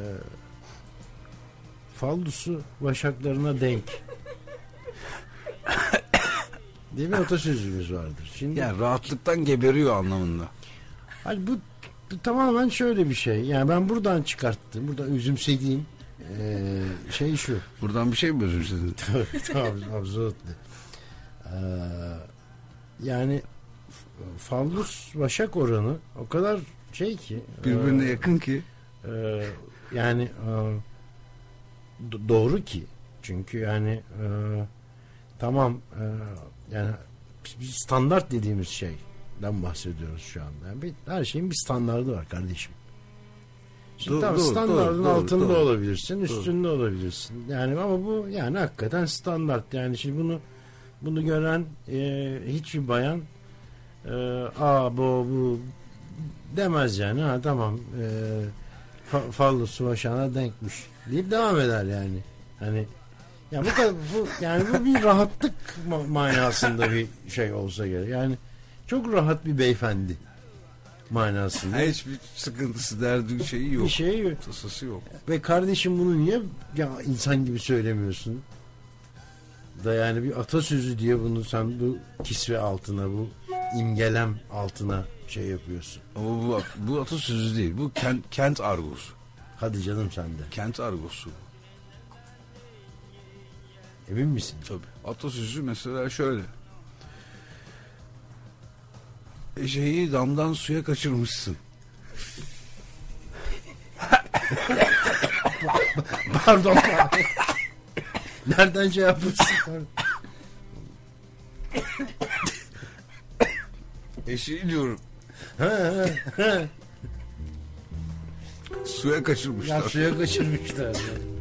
Speaker 1: faldusu başaklarına denk diye bir atasözümüz vardır. Şimdi
Speaker 2: Yani rahatlıktan geberiyor anlamında.
Speaker 1: hani bu, bu tamamen şöyle bir şey. Yani ben buradan çıkarttım. Buradan üzümsediğim e, şey şu.
Speaker 2: Buradan bir şey mi özümsedin?
Speaker 1: Tamam, absolutely. Ee, yani fallus başak oranı o kadar şey ki
Speaker 2: Birbirine
Speaker 1: e,
Speaker 2: yakın ki.
Speaker 1: e, yani e, do- doğru ki çünkü yani e, tamam e, yani bir standart dediğimiz şeyden bahsediyoruz şu anda. Yani bir, her şeyin bir standardı var kardeşim. Şimdi
Speaker 2: Doğru,
Speaker 1: tamam,
Speaker 2: doğru,
Speaker 1: standartın
Speaker 2: doğru,
Speaker 1: altında
Speaker 2: doğru.
Speaker 1: olabilirsin,
Speaker 2: Doğru.
Speaker 1: üstünde olabilirsin. Yani ama bu yani hakikaten standart. Yani şimdi bunu bunu gören e, hiçbir bayan e, a bu bu demez yani. Ha tamam. E, fa, fallosu başağına denkmiş deyip devam eder yani. Hani ya bu kadar bu yani bu bir rahatlık ma- manasında bir şey olsa gerek. Yani çok rahat bir beyefendi manasında.
Speaker 2: Hiçbir sıkıntısı, derdi şeyi yok.
Speaker 1: Bir şey yok.
Speaker 2: Tasası yok.
Speaker 1: Ve kardeşim bunu niye ya insan gibi söylemiyorsun? Da yani bir atasözü diye bunu sen bu kisve altına, bu imgelem altına şey yapıyorsun.
Speaker 2: Ama bu, bu atasözü değil. Bu kent, kent argosu.
Speaker 1: Hadi canım sen de.
Speaker 2: Kent argosu.
Speaker 1: Emin misin?
Speaker 2: Tabii. Atasözü mesela şöyle. Eşeği damdan suya kaçırmışsın.
Speaker 1: Pardon. Nereden şey yapıyorsun?
Speaker 2: Eşeği diyorum.
Speaker 1: Ha, ha, ha.
Speaker 2: Suya kaçırmışlar.
Speaker 1: Ya suya kaçırmışlar.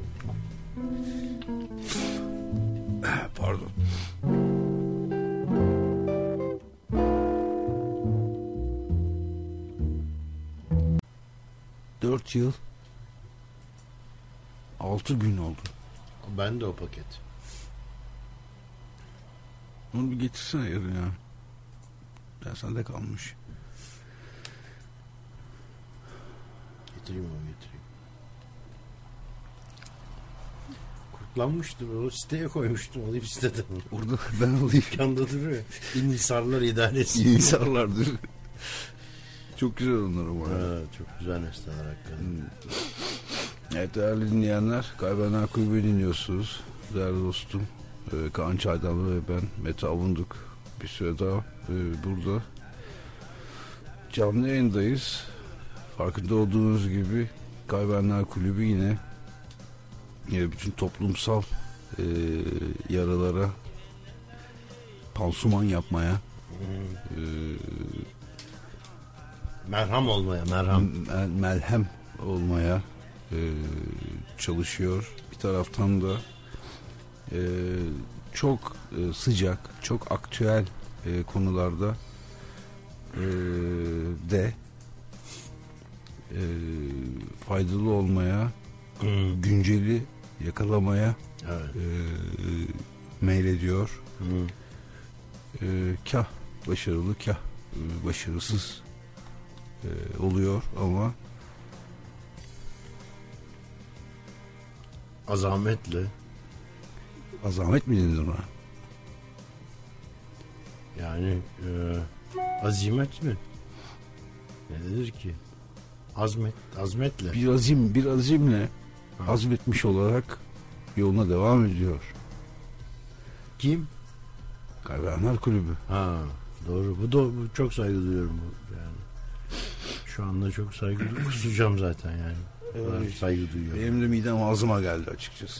Speaker 2: Pardon. Dört yıl altı gün oldu.
Speaker 1: Ben de o paket.
Speaker 2: Onu bir getirsene yarın ya. Ya sende kalmış.
Speaker 1: Getireyim onu getireyim. Kurtlanmıştır. O siteye koymuştum. Alayım siteden.
Speaker 2: Orada ben alayım.
Speaker 1: Dükkanda duruyor. İnhisarlar idaresi.
Speaker 2: İyi insanlardır. Çok güzel onlar ama.
Speaker 1: Ha, çok güzel nesneler hakikaten.
Speaker 2: Hmm. Evet değerli dinleyenler, Kaybedenler Kulübü dinliyorsunuz. Değerli dostum e, Kaan Çaydanlı ve ben Mete Avunduk. Bir süre daha e, burada canlı yayındayız. Farkında olduğunuz gibi Kaybedenler Kulübü yine e, bütün toplumsal e, yaralara pansuman yapmaya e,
Speaker 1: Merham olmaya, merham.
Speaker 2: mel- melhem olmaya e, çalışıyor. Bir taraftan da e, çok e, sıcak, çok aktüel e, konularda e, de e, faydalı olmaya,
Speaker 1: Hmm.
Speaker 2: günceli yakalamaya
Speaker 1: Evet.
Speaker 2: e, meylediyor.
Speaker 1: Hmm.
Speaker 2: E, kah başarılı, kah e, başarısız e, oluyor ama
Speaker 1: Azametle.
Speaker 2: azamet mi denir ona?
Speaker 1: Yani e, azimet mi? Ne denir ki? Azmet, azmetle.
Speaker 2: Bir azim, bir azimle
Speaker 1: Ha.
Speaker 2: azmetmiş olarak yoluna devam ediyor.
Speaker 1: Kim?
Speaker 2: Kaybedenler Kulübü.
Speaker 1: Ha, doğru. Bu da bu çok saygı duyuyorum bu yani. Şu anda çok saygı duyuyorum. Kusacağım zaten yani. O kadar
Speaker 2: Evet.
Speaker 1: saygı duyuyorum.
Speaker 2: Benim de midem ağzıma geldi açıkçası.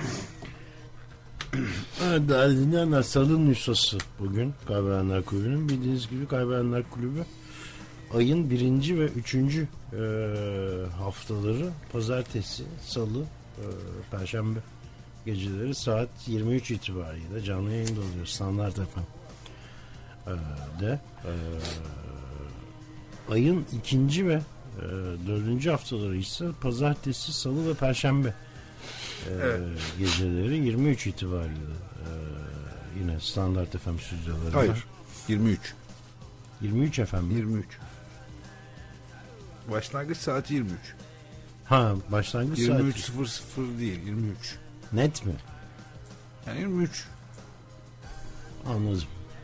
Speaker 1: Evet değerli dinleyenler, Salı nüshası bugün Kaybedenler Kulübü'nün. Bildiğiniz gibi Kaybedenler Kulübü ayın birinci ve üçüncü e, haftaları pazartesi, salı, e, perşembe geceleri saat yirmi üç itibariyle canlı yayında oluyor Standart F M ee, de e, ayın ikinci ve e, dördüncü haftaları ise pazartesi, salı ve perşembe e, evet. geceleri yirmi üç itibariyle e, yine Standart F M stüdyolarında.
Speaker 2: Hayır, yirmi üç.
Speaker 1: yirmi üç efendim.
Speaker 2: yirmi üç. Başlangıç saati yirmi üç.
Speaker 1: Ha, başlangıç saati.
Speaker 2: yirmi üç sıfır sıfır değil, yirmi üç.
Speaker 1: Net mi?
Speaker 2: Yani yirmi üç.
Speaker 1: Anladım.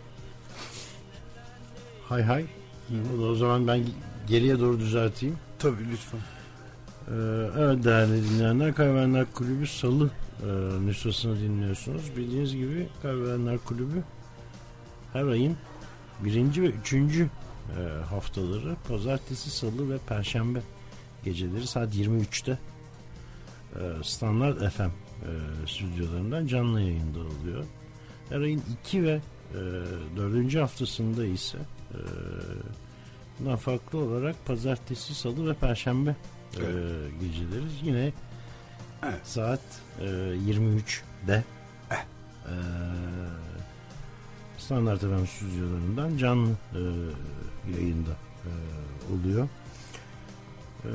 Speaker 1: Hay hay. Hı. O zaman ben geriye doğru düzelteyim.
Speaker 2: Tabii, lütfen.
Speaker 1: Ee, evet değerli dinleyenler, Kaybedenler Kulübü Salı e, nüshasını dinliyorsunuz. Bildiğiniz gibi Kaybedenler Kulübü her ayın birinci ve üçüncü e, haftaları pazartesi, salı ve perşembe geceleri saat yirmi üçte e, Standart F M e, stüdyolarından canlı yayında oluyor. Her ayın iki ve e, dördüncü haftasında ise e, bundan farklı olarak pazartesi, salı ve perşembe evet. e, geceleri yine evet. saat e, yirmi üçte eh. e, Standart F M stüdyolarından canlı e, yayında e, oluyor. E,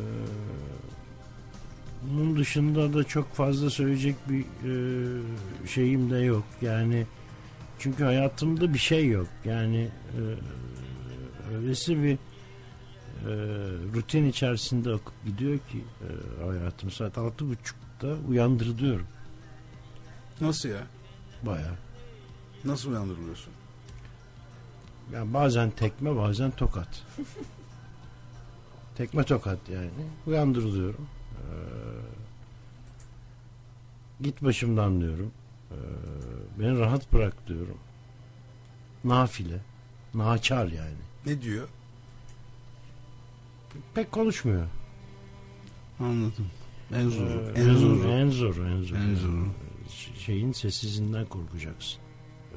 Speaker 1: bunun dışında da çok fazla söyleyecek bir e, şeyim de yok. Yani çünkü hayatımda bir şey yok. Yani e, öylesi bir e, rutin içerisinde akıp gidiyor ki e, hayatım. Saat altı buçukta uyandırılıyorum.
Speaker 2: Nasıl ya?
Speaker 1: Bayağı.
Speaker 2: Nasıl uyandırılıyorsun?
Speaker 1: Yani bazen tekme, bazen tokat. Tekme tokat yani. Uyandırılıyorum. Ee, git başımdan diyorum. Ee, beni rahat bırak diyorum. Nafile. Naçar yani.
Speaker 2: Ne diyor?
Speaker 1: Pek konuşmuyor.
Speaker 2: Anladım. En zoru.
Speaker 1: Ee, en, en zoru. En zoru. En zoru.
Speaker 2: En zoru.
Speaker 1: Şeyin sessizinden korkacaksın. Ee,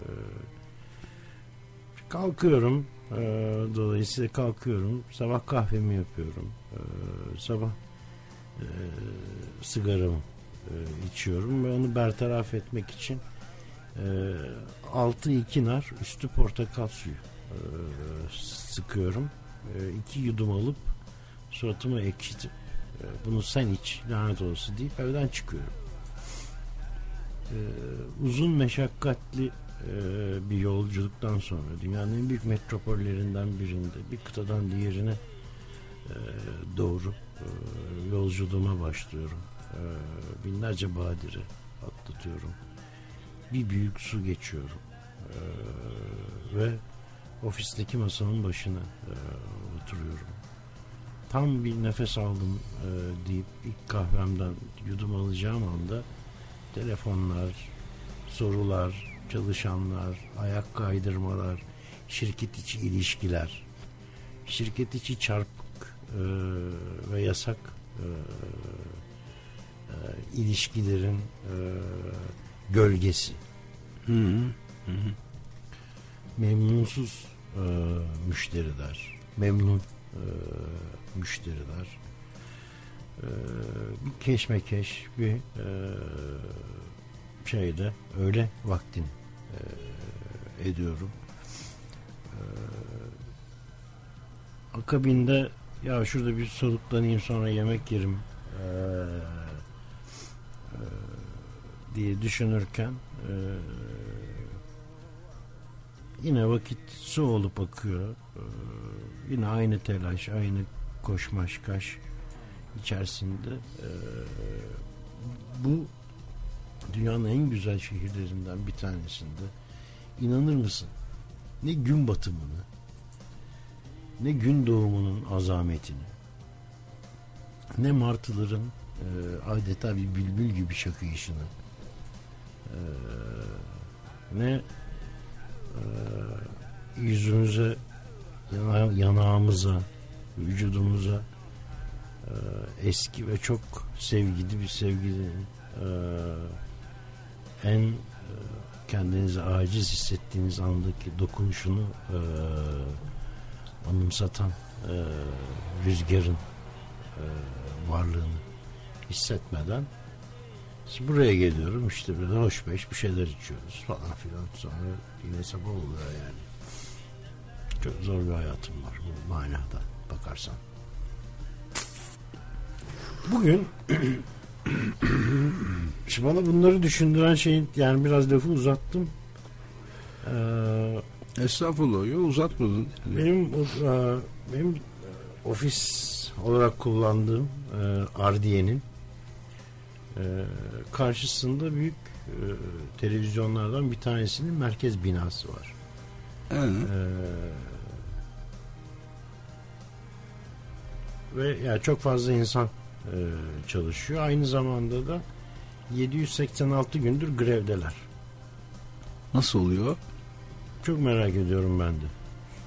Speaker 1: kalkıyorum. Ee, dolayısıyla kalkıyorum. Sabah kahvemi yapıyorum. Ee, sabah e, sigaramı e, içiyorum ve onu bertaraf etmek için e, altı iki nar üstü portakal suyu e, sıkıyorum. E, iki yudum alıp suratımı ekşitip e, bunu sen iç lanet olsun deyip evden çıkıyorum. E, uzun meşakkatli e, bir yolculuktan sonra dünyanın en büyük metropollerinden birinde bir kıtadan diğerine e, doğru e, yolculuğuma başlıyorum. E, binlerce badire atlatıyorum. Bir büyük su geçiyorum. E, ve ofisteki masamın başına e, oturuyorum. Tam bir nefes aldım e, deyip ilk kahvemden yudum alacağım anda telefonlar, sorular, çalışanlar, ayak kaydırmalar, şirket içi ilişkiler, şirket içi çarpık e, ve yasak e, e, ilişkilerin e, gölgesi.
Speaker 2: Hı hı. Hı hı.
Speaker 1: Memnunsuz e, müşteriler, memnun e, müşteriler, e, bir keşmekeş bir e, şeyde öğle vaktin e, ediyorum. E, akabinde ya şurada bir soluklanayım sonra yemek yerim e, e, diye düşünürken e, yine vakit su olup akıyor. Ee, yine aynı telaş, aynı koşmaş kaş içerisinde. Ee, bu dünyanın en güzel şehirlerinden bir tanesinde. İnanır mısın? Ne gün batımını, ne gün doğumunun azametini, ne martıların e, adeta bir bülbül gibi şakıyışını, e, ne Ee, yüzümüze, yana, yanağımıza, vücudumuza e, eski ve çok sevgili bir sevgilinin e, en e, kendinizi aciz hissettiğiniz andaki dokunuşunu e, anımsatan e, rüzgarın e, varlığını hissetmeden Şimdi buraya geliyorum işte bir hoş beş bir şeyler içiyoruz falan filan, sonra yine sabah oluyor yani. Çok zor bir hayatım var bu manada bakarsan. Bugün şimdi bana bunları düşündüren şeyin, yani biraz lafı uzattım. Ee,
Speaker 2: Estağfurullah, yok uzatmadın.
Speaker 1: benim e, benim ofis olarak kullandığım e, Ardiye'nin e, karşısında büyük e, televizyonlardan bir tanesinin merkez binası var.
Speaker 2: Evet.
Speaker 1: E, ve yani çok fazla insan e, çalışıyor. Aynı zamanda da yedi yüz seksen altı gündür grevdeler.
Speaker 2: Nasıl oluyor?
Speaker 1: Çok merak ediyorum ben de.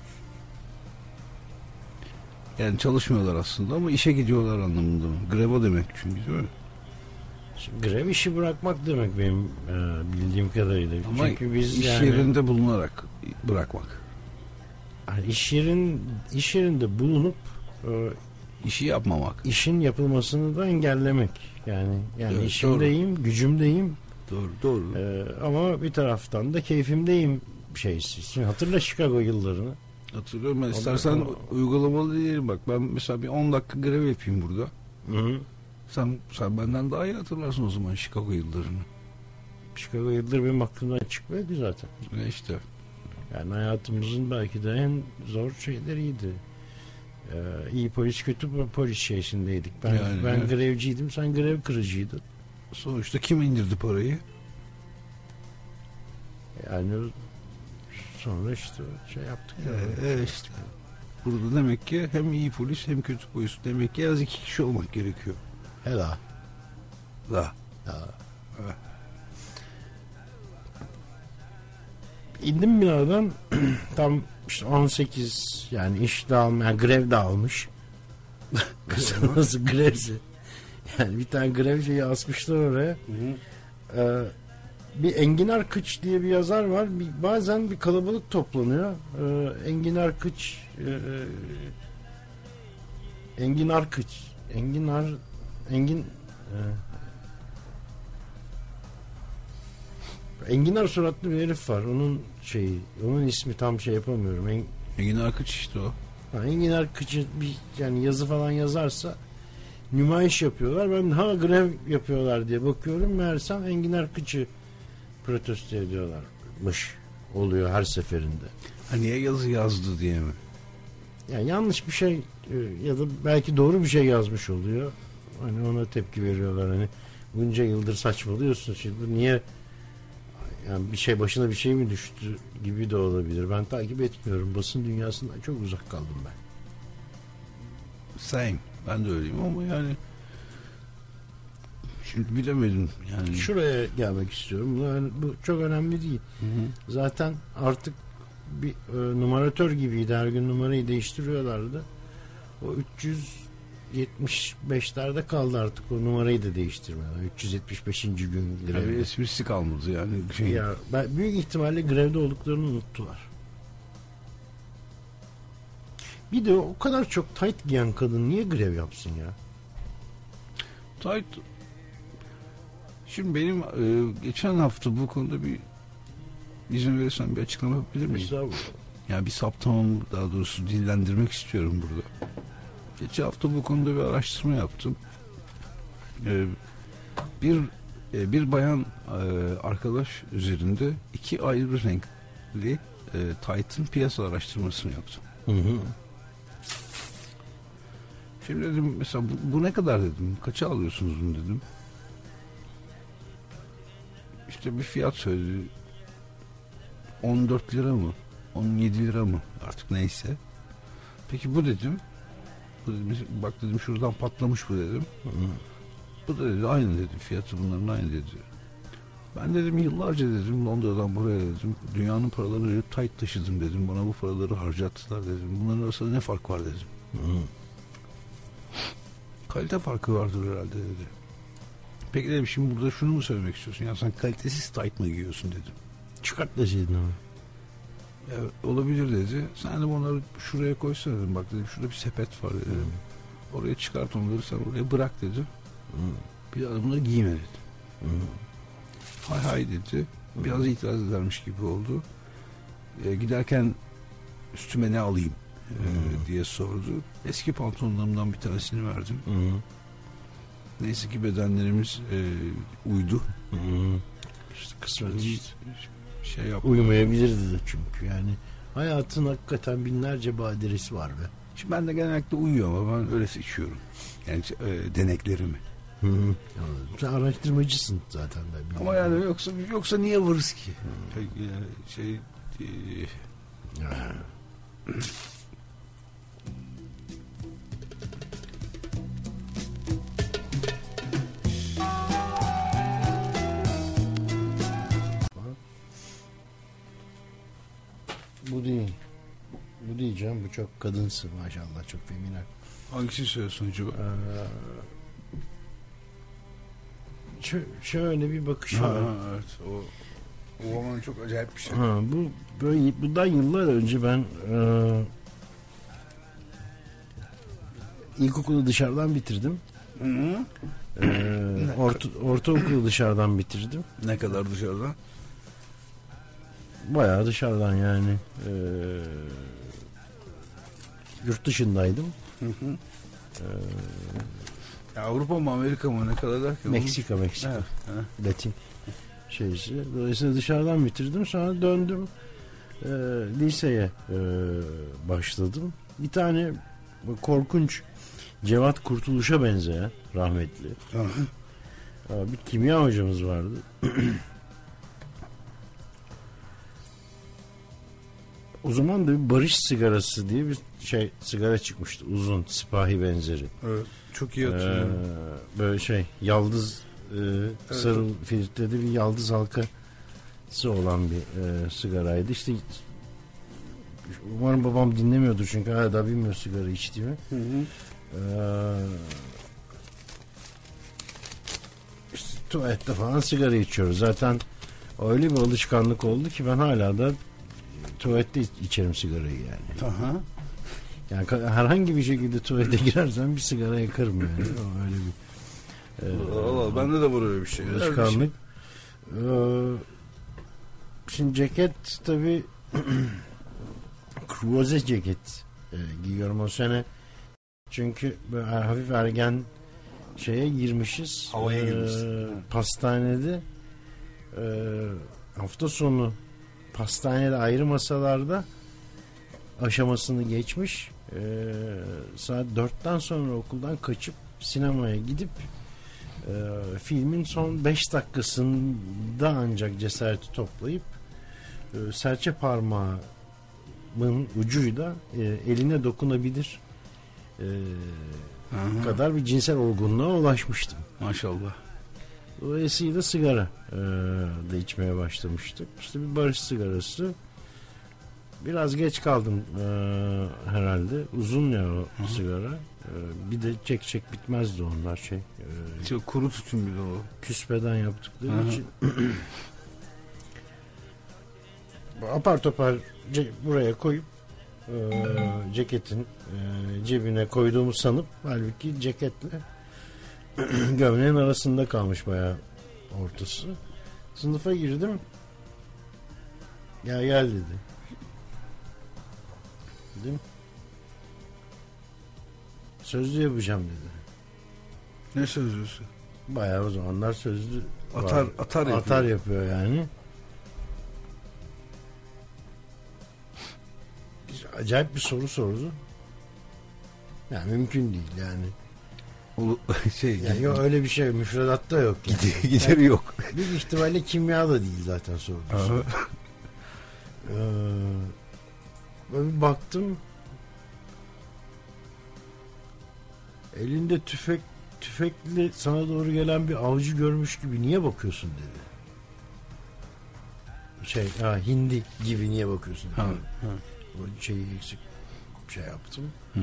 Speaker 2: Yani çalışmıyorlar aslında ama işe gidiyorlar anlamında mı? Grev o demek çünkü, değil mi?
Speaker 1: Şimdi grev işi bırakmak demek benim e, bildiğim kadarıyla.
Speaker 2: Ama
Speaker 1: çünkü biz
Speaker 2: iş
Speaker 1: yani,
Speaker 2: yerinde bulunarak bırakmak.
Speaker 1: yani iş yerin iş yerinde bulunup e,
Speaker 2: İşi yapmamak.
Speaker 1: işin yapılmasını da engellemek. Yani yani
Speaker 2: Evet,
Speaker 1: işimdeyim, doğru. Gücümdeyim.
Speaker 2: Doğru, doğru.
Speaker 1: E, ama bir taraftan da keyfimdeyim şeysi. Şimdi hatırla Chicago yıllarını.
Speaker 2: Hatırlıyorum ben.
Speaker 1: Ondan
Speaker 2: İstersen
Speaker 1: sonra...
Speaker 2: uygulamalı diyelim bak. Ben mesela bir on dakika grev yapayım burada.
Speaker 1: Hı-hı.
Speaker 2: Sen, sen benden daha iyi hatırlarsın o zaman Chicago yıllarını.
Speaker 1: Chicago yılları benim aklımdan çıkmadı zaten.
Speaker 2: Ne işte.
Speaker 1: Yani hayatımızın belki de en zor şeyleriydi. Ee, iyi polis kötü polis şeysindeydik. Ben
Speaker 2: Yani,
Speaker 1: ben
Speaker 2: evet.
Speaker 1: grevciydim, sen grev kırıcıydın.
Speaker 2: Sonuçta kim indirdi parayı?
Speaker 1: Yani sonra işte şey yaptık. Yani.
Speaker 2: Ee, işte. Burada demek ki hem iyi polis hem kötü polis. Demek ki az iki kişi olmak gerekiyor.
Speaker 1: Hela.
Speaker 2: La.
Speaker 1: Ha.
Speaker 2: Evet.
Speaker 1: İndim binadan tam işte on sekiz, yani iş dağılma, yani grev dağılmış. Nasıl grevse. Yani bir tane grev şeyi asmışlar oraya. Ee, bir Enginar Kıç diye bir yazar var. Bir, bazen bir kalabalık toplanıyor. Ee, Enginar Kıç e, e, Enginar Kıç Enginar Engin e, Enginar suratlı bir herif var. Onun şeyi, onun ismi tam şey yapamıyorum. En,
Speaker 2: Engin Arkıç işte o.
Speaker 1: ha, Enginar Kıç'ı bir yani yazı falan yazarsa nümayiş yapıyorlar. Ben ha grev yapıyorlar diye bakıyorum. Meğersem Enginar Kıç'ı protesto ediyorlarmış. Oluyor her seferinde.
Speaker 2: Ha, niye yazı yazdı diye mi?
Speaker 1: Yani yanlış bir şey ya da belki doğru bir şey yazmış oluyor. Hani ona tepki veriyorlar. Hani bunca yıldır saçmalıyorsun. Şimdi niye, yani bir şey başına bir şey mi düştü gibi de olabilir. Ben takip etmiyorum. Basın dünyasından çok uzak kaldım ben.
Speaker 2: Same. Ben de öyleyim ama yani şimdi bilemedim yani.
Speaker 1: Şuraya gelmek istiyorum. Yani bu çok önemli değil.
Speaker 2: Hı hı.
Speaker 1: Zaten artık bir e, numaratör gibiydi. Her gün numarayı değiştiriyorlardı. O üç yüz yetmiş beşlerde kaldı artık, o numarayı da değiştirmiyorlar. üç yüz yetmiş beşinci gün grevde.
Speaker 2: Tabii esprisi kalmadı yani. Şey.
Speaker 1: Ya, ben, büyük ihtimalle grevde olduklarını unuttular. Bir de o kadar çok tight giyen kadın niye grev yapsın ya?
Speaker 2: Tight. Şimdi benim e, geçen hafta bu konuda bir izin verirsen bir açıklama yapabilir miyim?
Speaker 1: Estağfurullah.
Speaker 2: Yani bir saptamamı daha doğrusu dillendirmek istiyorum burada. Geçen hafta bu konuda bir araştırma yaptım. Ee, bir e, bir bayan e, arkadaş üzerinde iki ayrı renkli e, tight'ın piyasa araştırmasını yaptım.
Speaker 1: Hı hı.
Speaker 2: Şimdi dedim mesela bu, bu ne kadar dedim. Kaça alıyorsunuz bunu dedim. İşte bir fiyat söyledi. on dört lira mı? on yedi lira mı? Artık neyse. Peki bu dedim. Bu dedim, bak dedim şuradan patlamış bu dedim.
Speaker 1: Hı hı.
Speaker 2: Bu da dedi aynı dedi. Fiyatı bunların aynı dedi. Ben dedim yıllarca dedim Londra'dan buraya dedim. Dünyanın paralarını tight taşıdım dedim. Bana bu paraları harcattılar dedim. Bunların arasında ne fark var dedim.
Speaker 1: Hı hı.
Speaker 2: Kalite farkı vardır herhalde dedi. Peki dedim şimdi burada şunu mu söylemek istiyorsun? Ya sen kalitesiz tight mı giyiyorsun dedim.
Speaker 1: Çıkart deseydin ama.
Speaker 2: Evet, olabilir dedi. Sen de onları şuraya koysana dedim. Bak dedim şurada bir sepet var dedim. Hı. Oraya çıkart onları, sen oraya bırak dedim.
Speaker 1: Hı.
Speaker 2: Bir daha bunları giyme dedi.
Speaker 1: Hı.
Speaker 2: Hay hay dedi. Biraz itiraz edermiş gibi oldu. E, giderken üstüme ne alayım e, diye sordu. Eski pantolonlarımdan bir tanesini verdim.
Speaker 1: Hı.
Speaker 2: Neyse ki bedenlerimiz e, uydu.
Speaker 1: Hı. İşte kısmet işte.
Speaker 2: Şey yaptı.
Speaker 1: Uyumayabilirdi de çünkü yani hayatın hakikaten binlerce badiresi var be.
Speaker 2: Şimdi ben de genellikle uyuyorum ama ben öyle seçiyorum. Yani e, deneklerimi.
Speaker 1: Hı hı. Sen araştırmacısın zaten de.
Speaker 2: Ama yani yoksa yoksa niye varız ki? Hı. Yani şey e,
Speaker 1: bu değil. Bu diyeceğim. Bu çok kadınsı maşallah. Çok feminen.
Speaker 2: hangisi söylüyorsun acaba?
Speaker 1: Ee, şöyle bir bakış
Speaker 2: ha,
Speaker 1: var.
Speaker 2: Evet. O o roman çok acayip bir şey.
Speaker 1: Ha, bu böyle bundan yıllar önce ben e, ilkokulu dışarıdan bitirdim.
Speaker 2: Hı hı.
Speaker 1: E, orta, ortaokulu dışarıdan bitirdim.
Speaker 2: Ne kadar dışarıdan?
Speaker 1: Bayağı dışarıdan yani. E, yurt dışındaydım.
Speaker 2: Hı hı. E, Avrupa mı Amerika mı ne kadar derken?
Speaker 1: Meksika Meksika.
Speaker 2: Evet, evet.
Speaker 1: Latin şeysi. Dolayısıyla dışarıdan bitirdim. Sonra döndüm. E, liseye e, başladım. Bir tane korkunç Cevat Kurtuluş'a benzeyen rahmetli bir kimya hocamız vardı. O zaman da bir barış sigarası diye bir şey sigara çıkmıştı. Uzun, sipahi benzeri.
Speaker 2: Evet, çok iyi hatırlıyorum.
Speaker 1: Ee, böyle şey yaldız e, evet. Sarı filtreli bir yaldız halkası olan bir e, sigaraydı. İşte umarım babam dinlemiyordur çünkü hala da bilmiyor sigara içtiğimi. Hı hı. Ee, işte tuvalette falan sigara içiyoruz. Zaten öyle bir alışkanlık oldu ki ben hala da tuvalette içerim sigarayı yani.
Speaker 2: Aha.
Speaker 1: Yani herhangi bir şekilde tuvalete girersem bir sigara yakarım yani. O öyle bir
Speaker 2: e, Allah, bende de var öyle bir şey.
Speaker 1: Alışkanlık. Ee, şimdi ceket tabii kruvaze ceket e, giyiyorum o sene. Çünkü böyle hafif ergen şeye girmişiz.
Speaker 2: Havaya girmişiz.
Speaker 1: Ee, pastanede e, hafta sonu pastanede ayrı masalarda aşamasını geçmiş. Ee, saat dörtten sonra okuldan kaçıp sinemaya gidip e, filmin son beş dakikasında ancak cesareti toplayıp e, serçe parmağımın ucuyla e, eline dokunabilir e, kadar bir cinsel olgunluğa ulaşmıştım.
Speaker 2: Maşallah.
Speaker 1: Dolayısıyla sigara e, da içmeye başlamıştık. İşte bir barış sigarası. Biraz geç kaldım e, herhalde. Uzun ya o Hı-hı. sigara. E, bir de çek çek bitmezdi onlar şey. E,
Speaker 2: Çok kuru tutun bir de o.
Speaker 1: Küspeden yaptıkları Hı-hı. için. Apar topar ce- buraya koyup e, ceketin e, cebine koyduğumu sanıp halbuki ceketle gömleğin arasında kalmış bayağı ortası. Sınıfa girdim. Ya gel dedi. Dedim. Sözlü yapacağım dedi.
Speaker 2: Ne sözlüsü?
Speaker 1: Bayağı o zamanlar sözlü
Speaker 2: atar var. atar yapıyor.
Speaker 1: Atar yapıyor yani. Acayip bir soru sordu. Yani mümkün değil yani.
Speaker 2: O şey
Speaker 1: yani yok öyle bir şey müfredatta yok yani.
Speaker 2: Gideri yani, yok.
Speaker 1: Büyük ihtimalle kimya da değil zaten sorduğu. ee, böyle bir baktım. Elinde tüfek tüfekli sana doğru gelen bir avcı görmüş gibi niye bakıyorsun dedi. Şey ha, hindi gibi niye bakıyorsun dedi. Ha, ha. O şeyi eksik şey yaptım. Hı.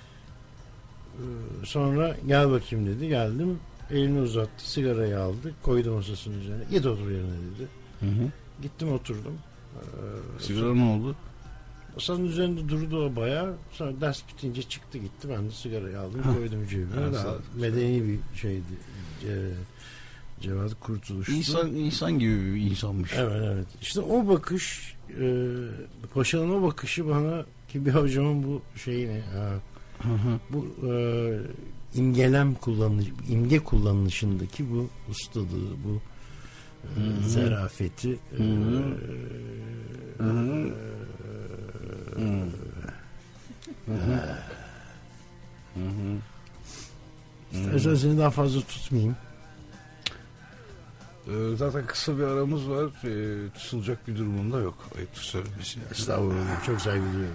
Speaker 1: Sonra gel bakayım dedi. Geldim. Elini uzattı. Sigarayı aldı. Koydu masasının üzerine. Git otur yerine dedi.
Speaker 2: Hı hı.
Speaker 1: Gittim oturdum.
Speaker 2: Ee, Sigara ne oldu?
Speaker 1: Masanın üzerinde durdu o bayağı. Sonra ders bitince çıktı gitti. Ben de sigarayı aldım. Ha. Koydum cebime. Medeni bir şeydi. Ee, Cevat Kurtuluş'tu.
Speaker 2: İnsan, insan gibi bir insanmış.
Speaker 1: Evet evet. İşte o bakış, e, Paşa'nın o bakışı bana ki bir hocamın bu şeyini, e,
Speaker 2: Hı hı.
Speaker 1: bu e, imgelem kullanış, imge kullanışındaki bu ustalığı, bu e, zarafeti, e,
Speaker 2: Hı hı.
Speaker 1: İstersen seni daha fazla tutmayayım.
Speaker 2: Ee, zaten kısa bir aramız var. Ee, tutulacak bir durumunda yok. Ayıptır söylemesi.
Speaker 1: Estağfurullah. Çok saygı duyuyorum.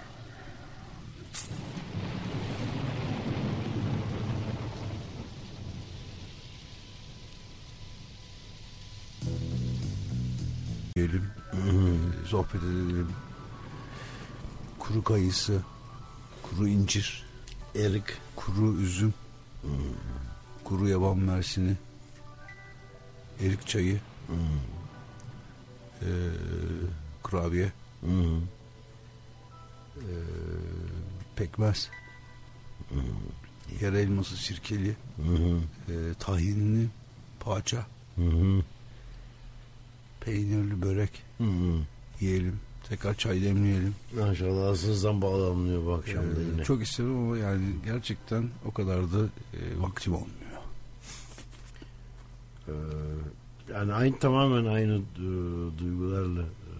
Speaker 2: Diyelim. Ee, sohbet edelim. Kuru kayısı, kuru incir,
Speaker 1: Erik,
Speaker 2: kuru üzüm, hmm. kuru yaban mersini, erik çayı, hmm. e, kurabiye, hmm. e, pekmez, hmm. yer elması sirkeli, hmm. e, tahinli poğaça, hmm. peynirli börek, hmm. yiyelim. Tekrar çay demleyelim.
Speaker 1: Maşallah ağzınızdan bağlanmıyor bu akşam da yine.
Speaker 2: Ee, çok isterim ama yani gerçekten o kadar da e, vaktim olmuyor.
Speaker 1: Ee, yani aynı tamamen aynı e, duygularla e,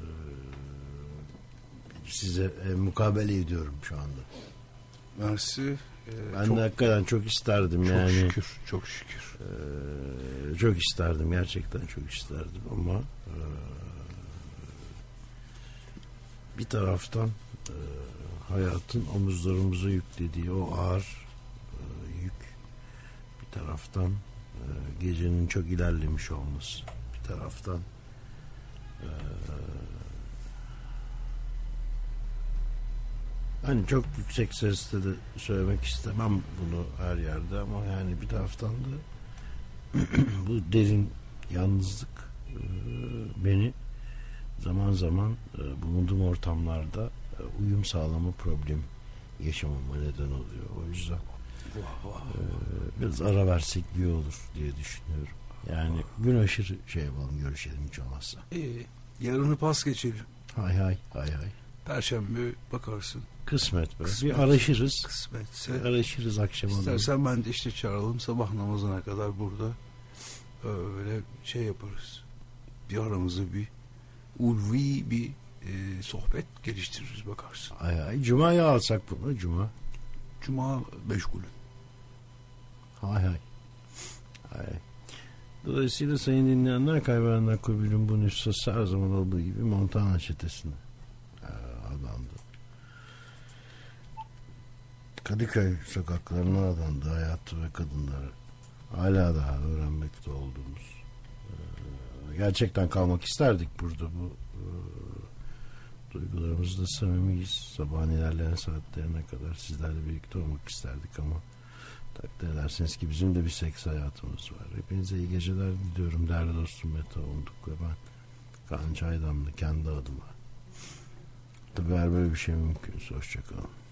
Speaker 1: size e, mukabele ediyorum şu anda.
Speaker 2: Mersi. E,
Speaker 1: ben
Speaker 2: çok,
Speaker 1: de hakikaten çok isterdim
Speaker 2: çok
Speaker 1: yani.
Speaker 2: Çok şükür, çok şükür.
Speaker 1: E, çok isterdim, gerçekten çok isterdim ama e, bir taraftan e, hayatın omuzlarımıza yüklediği o ağır e, yük, bir taraftan e, gecenin çok ilerlemiş olması, bir taraftan e, hani çok yüksek sesle de söylemek istemem bunu her yerde ama yani bir taraftan da bu derin yalnızlık e, beni zaman zaman e, bulunduğum ortamlarda e, uyum sağlama problemi yaşamama neden oluyor. O yüzden e, biraz ara versek iyi olur diye düşünüyorum. Yani gün aşırı şey yapalım, görüşelim hiç olmazsa.
Speaker 2: İyi. Yarını pas geçelim.
Speaker 1: Hay hay hay hay.
Speaker 2: Perşembe bakarsın.
Speaker 1: Kısmet be.
Speaker 2: Kısmet.
Speaker 1: Bir araşırız.
Speaker 2: Kısmetse.
Speaker 1: Bir araşırız akşam.
Speaker 2: İstersen ben de işte çağıralım sabah namazına kadar burada öyle şey yaparız. Bir aramızda bir ulvi bir e, sohbet geliştiririz bakarsın.
Speaker 1: Ay ay. Cuma'ya alsak bunu. Cuma.
Speaker 2: Cuma meşgulüm.
Speaker 1: Hay hay. Hay. Dolayısıyla sayın dinleyenler, Kaybedenler Kulübü'nün bu nüshası her zaman olduğu gibi Montana çetesine adandı. Kadıköy sokaklarına adandı hayatı ve kadınları. Hala daha öğrenmekte olduğumuz. Gerçekten kalmak isterdik burada. Bu e, duygularımızda samimiyiz. Sabahın ilerleyen saatlerine kadar sizlerle birlikte olmak isterdik ama takdir edersiniz ki bizim de bir seks hayatımız var. Hepinize iyi geceler diliyorum değerli dostum Mete Onduk ve ben Kaan Çaydamlı kendi adıma. Tabii eğer böyle bir şey mümkünse hoşçakalın.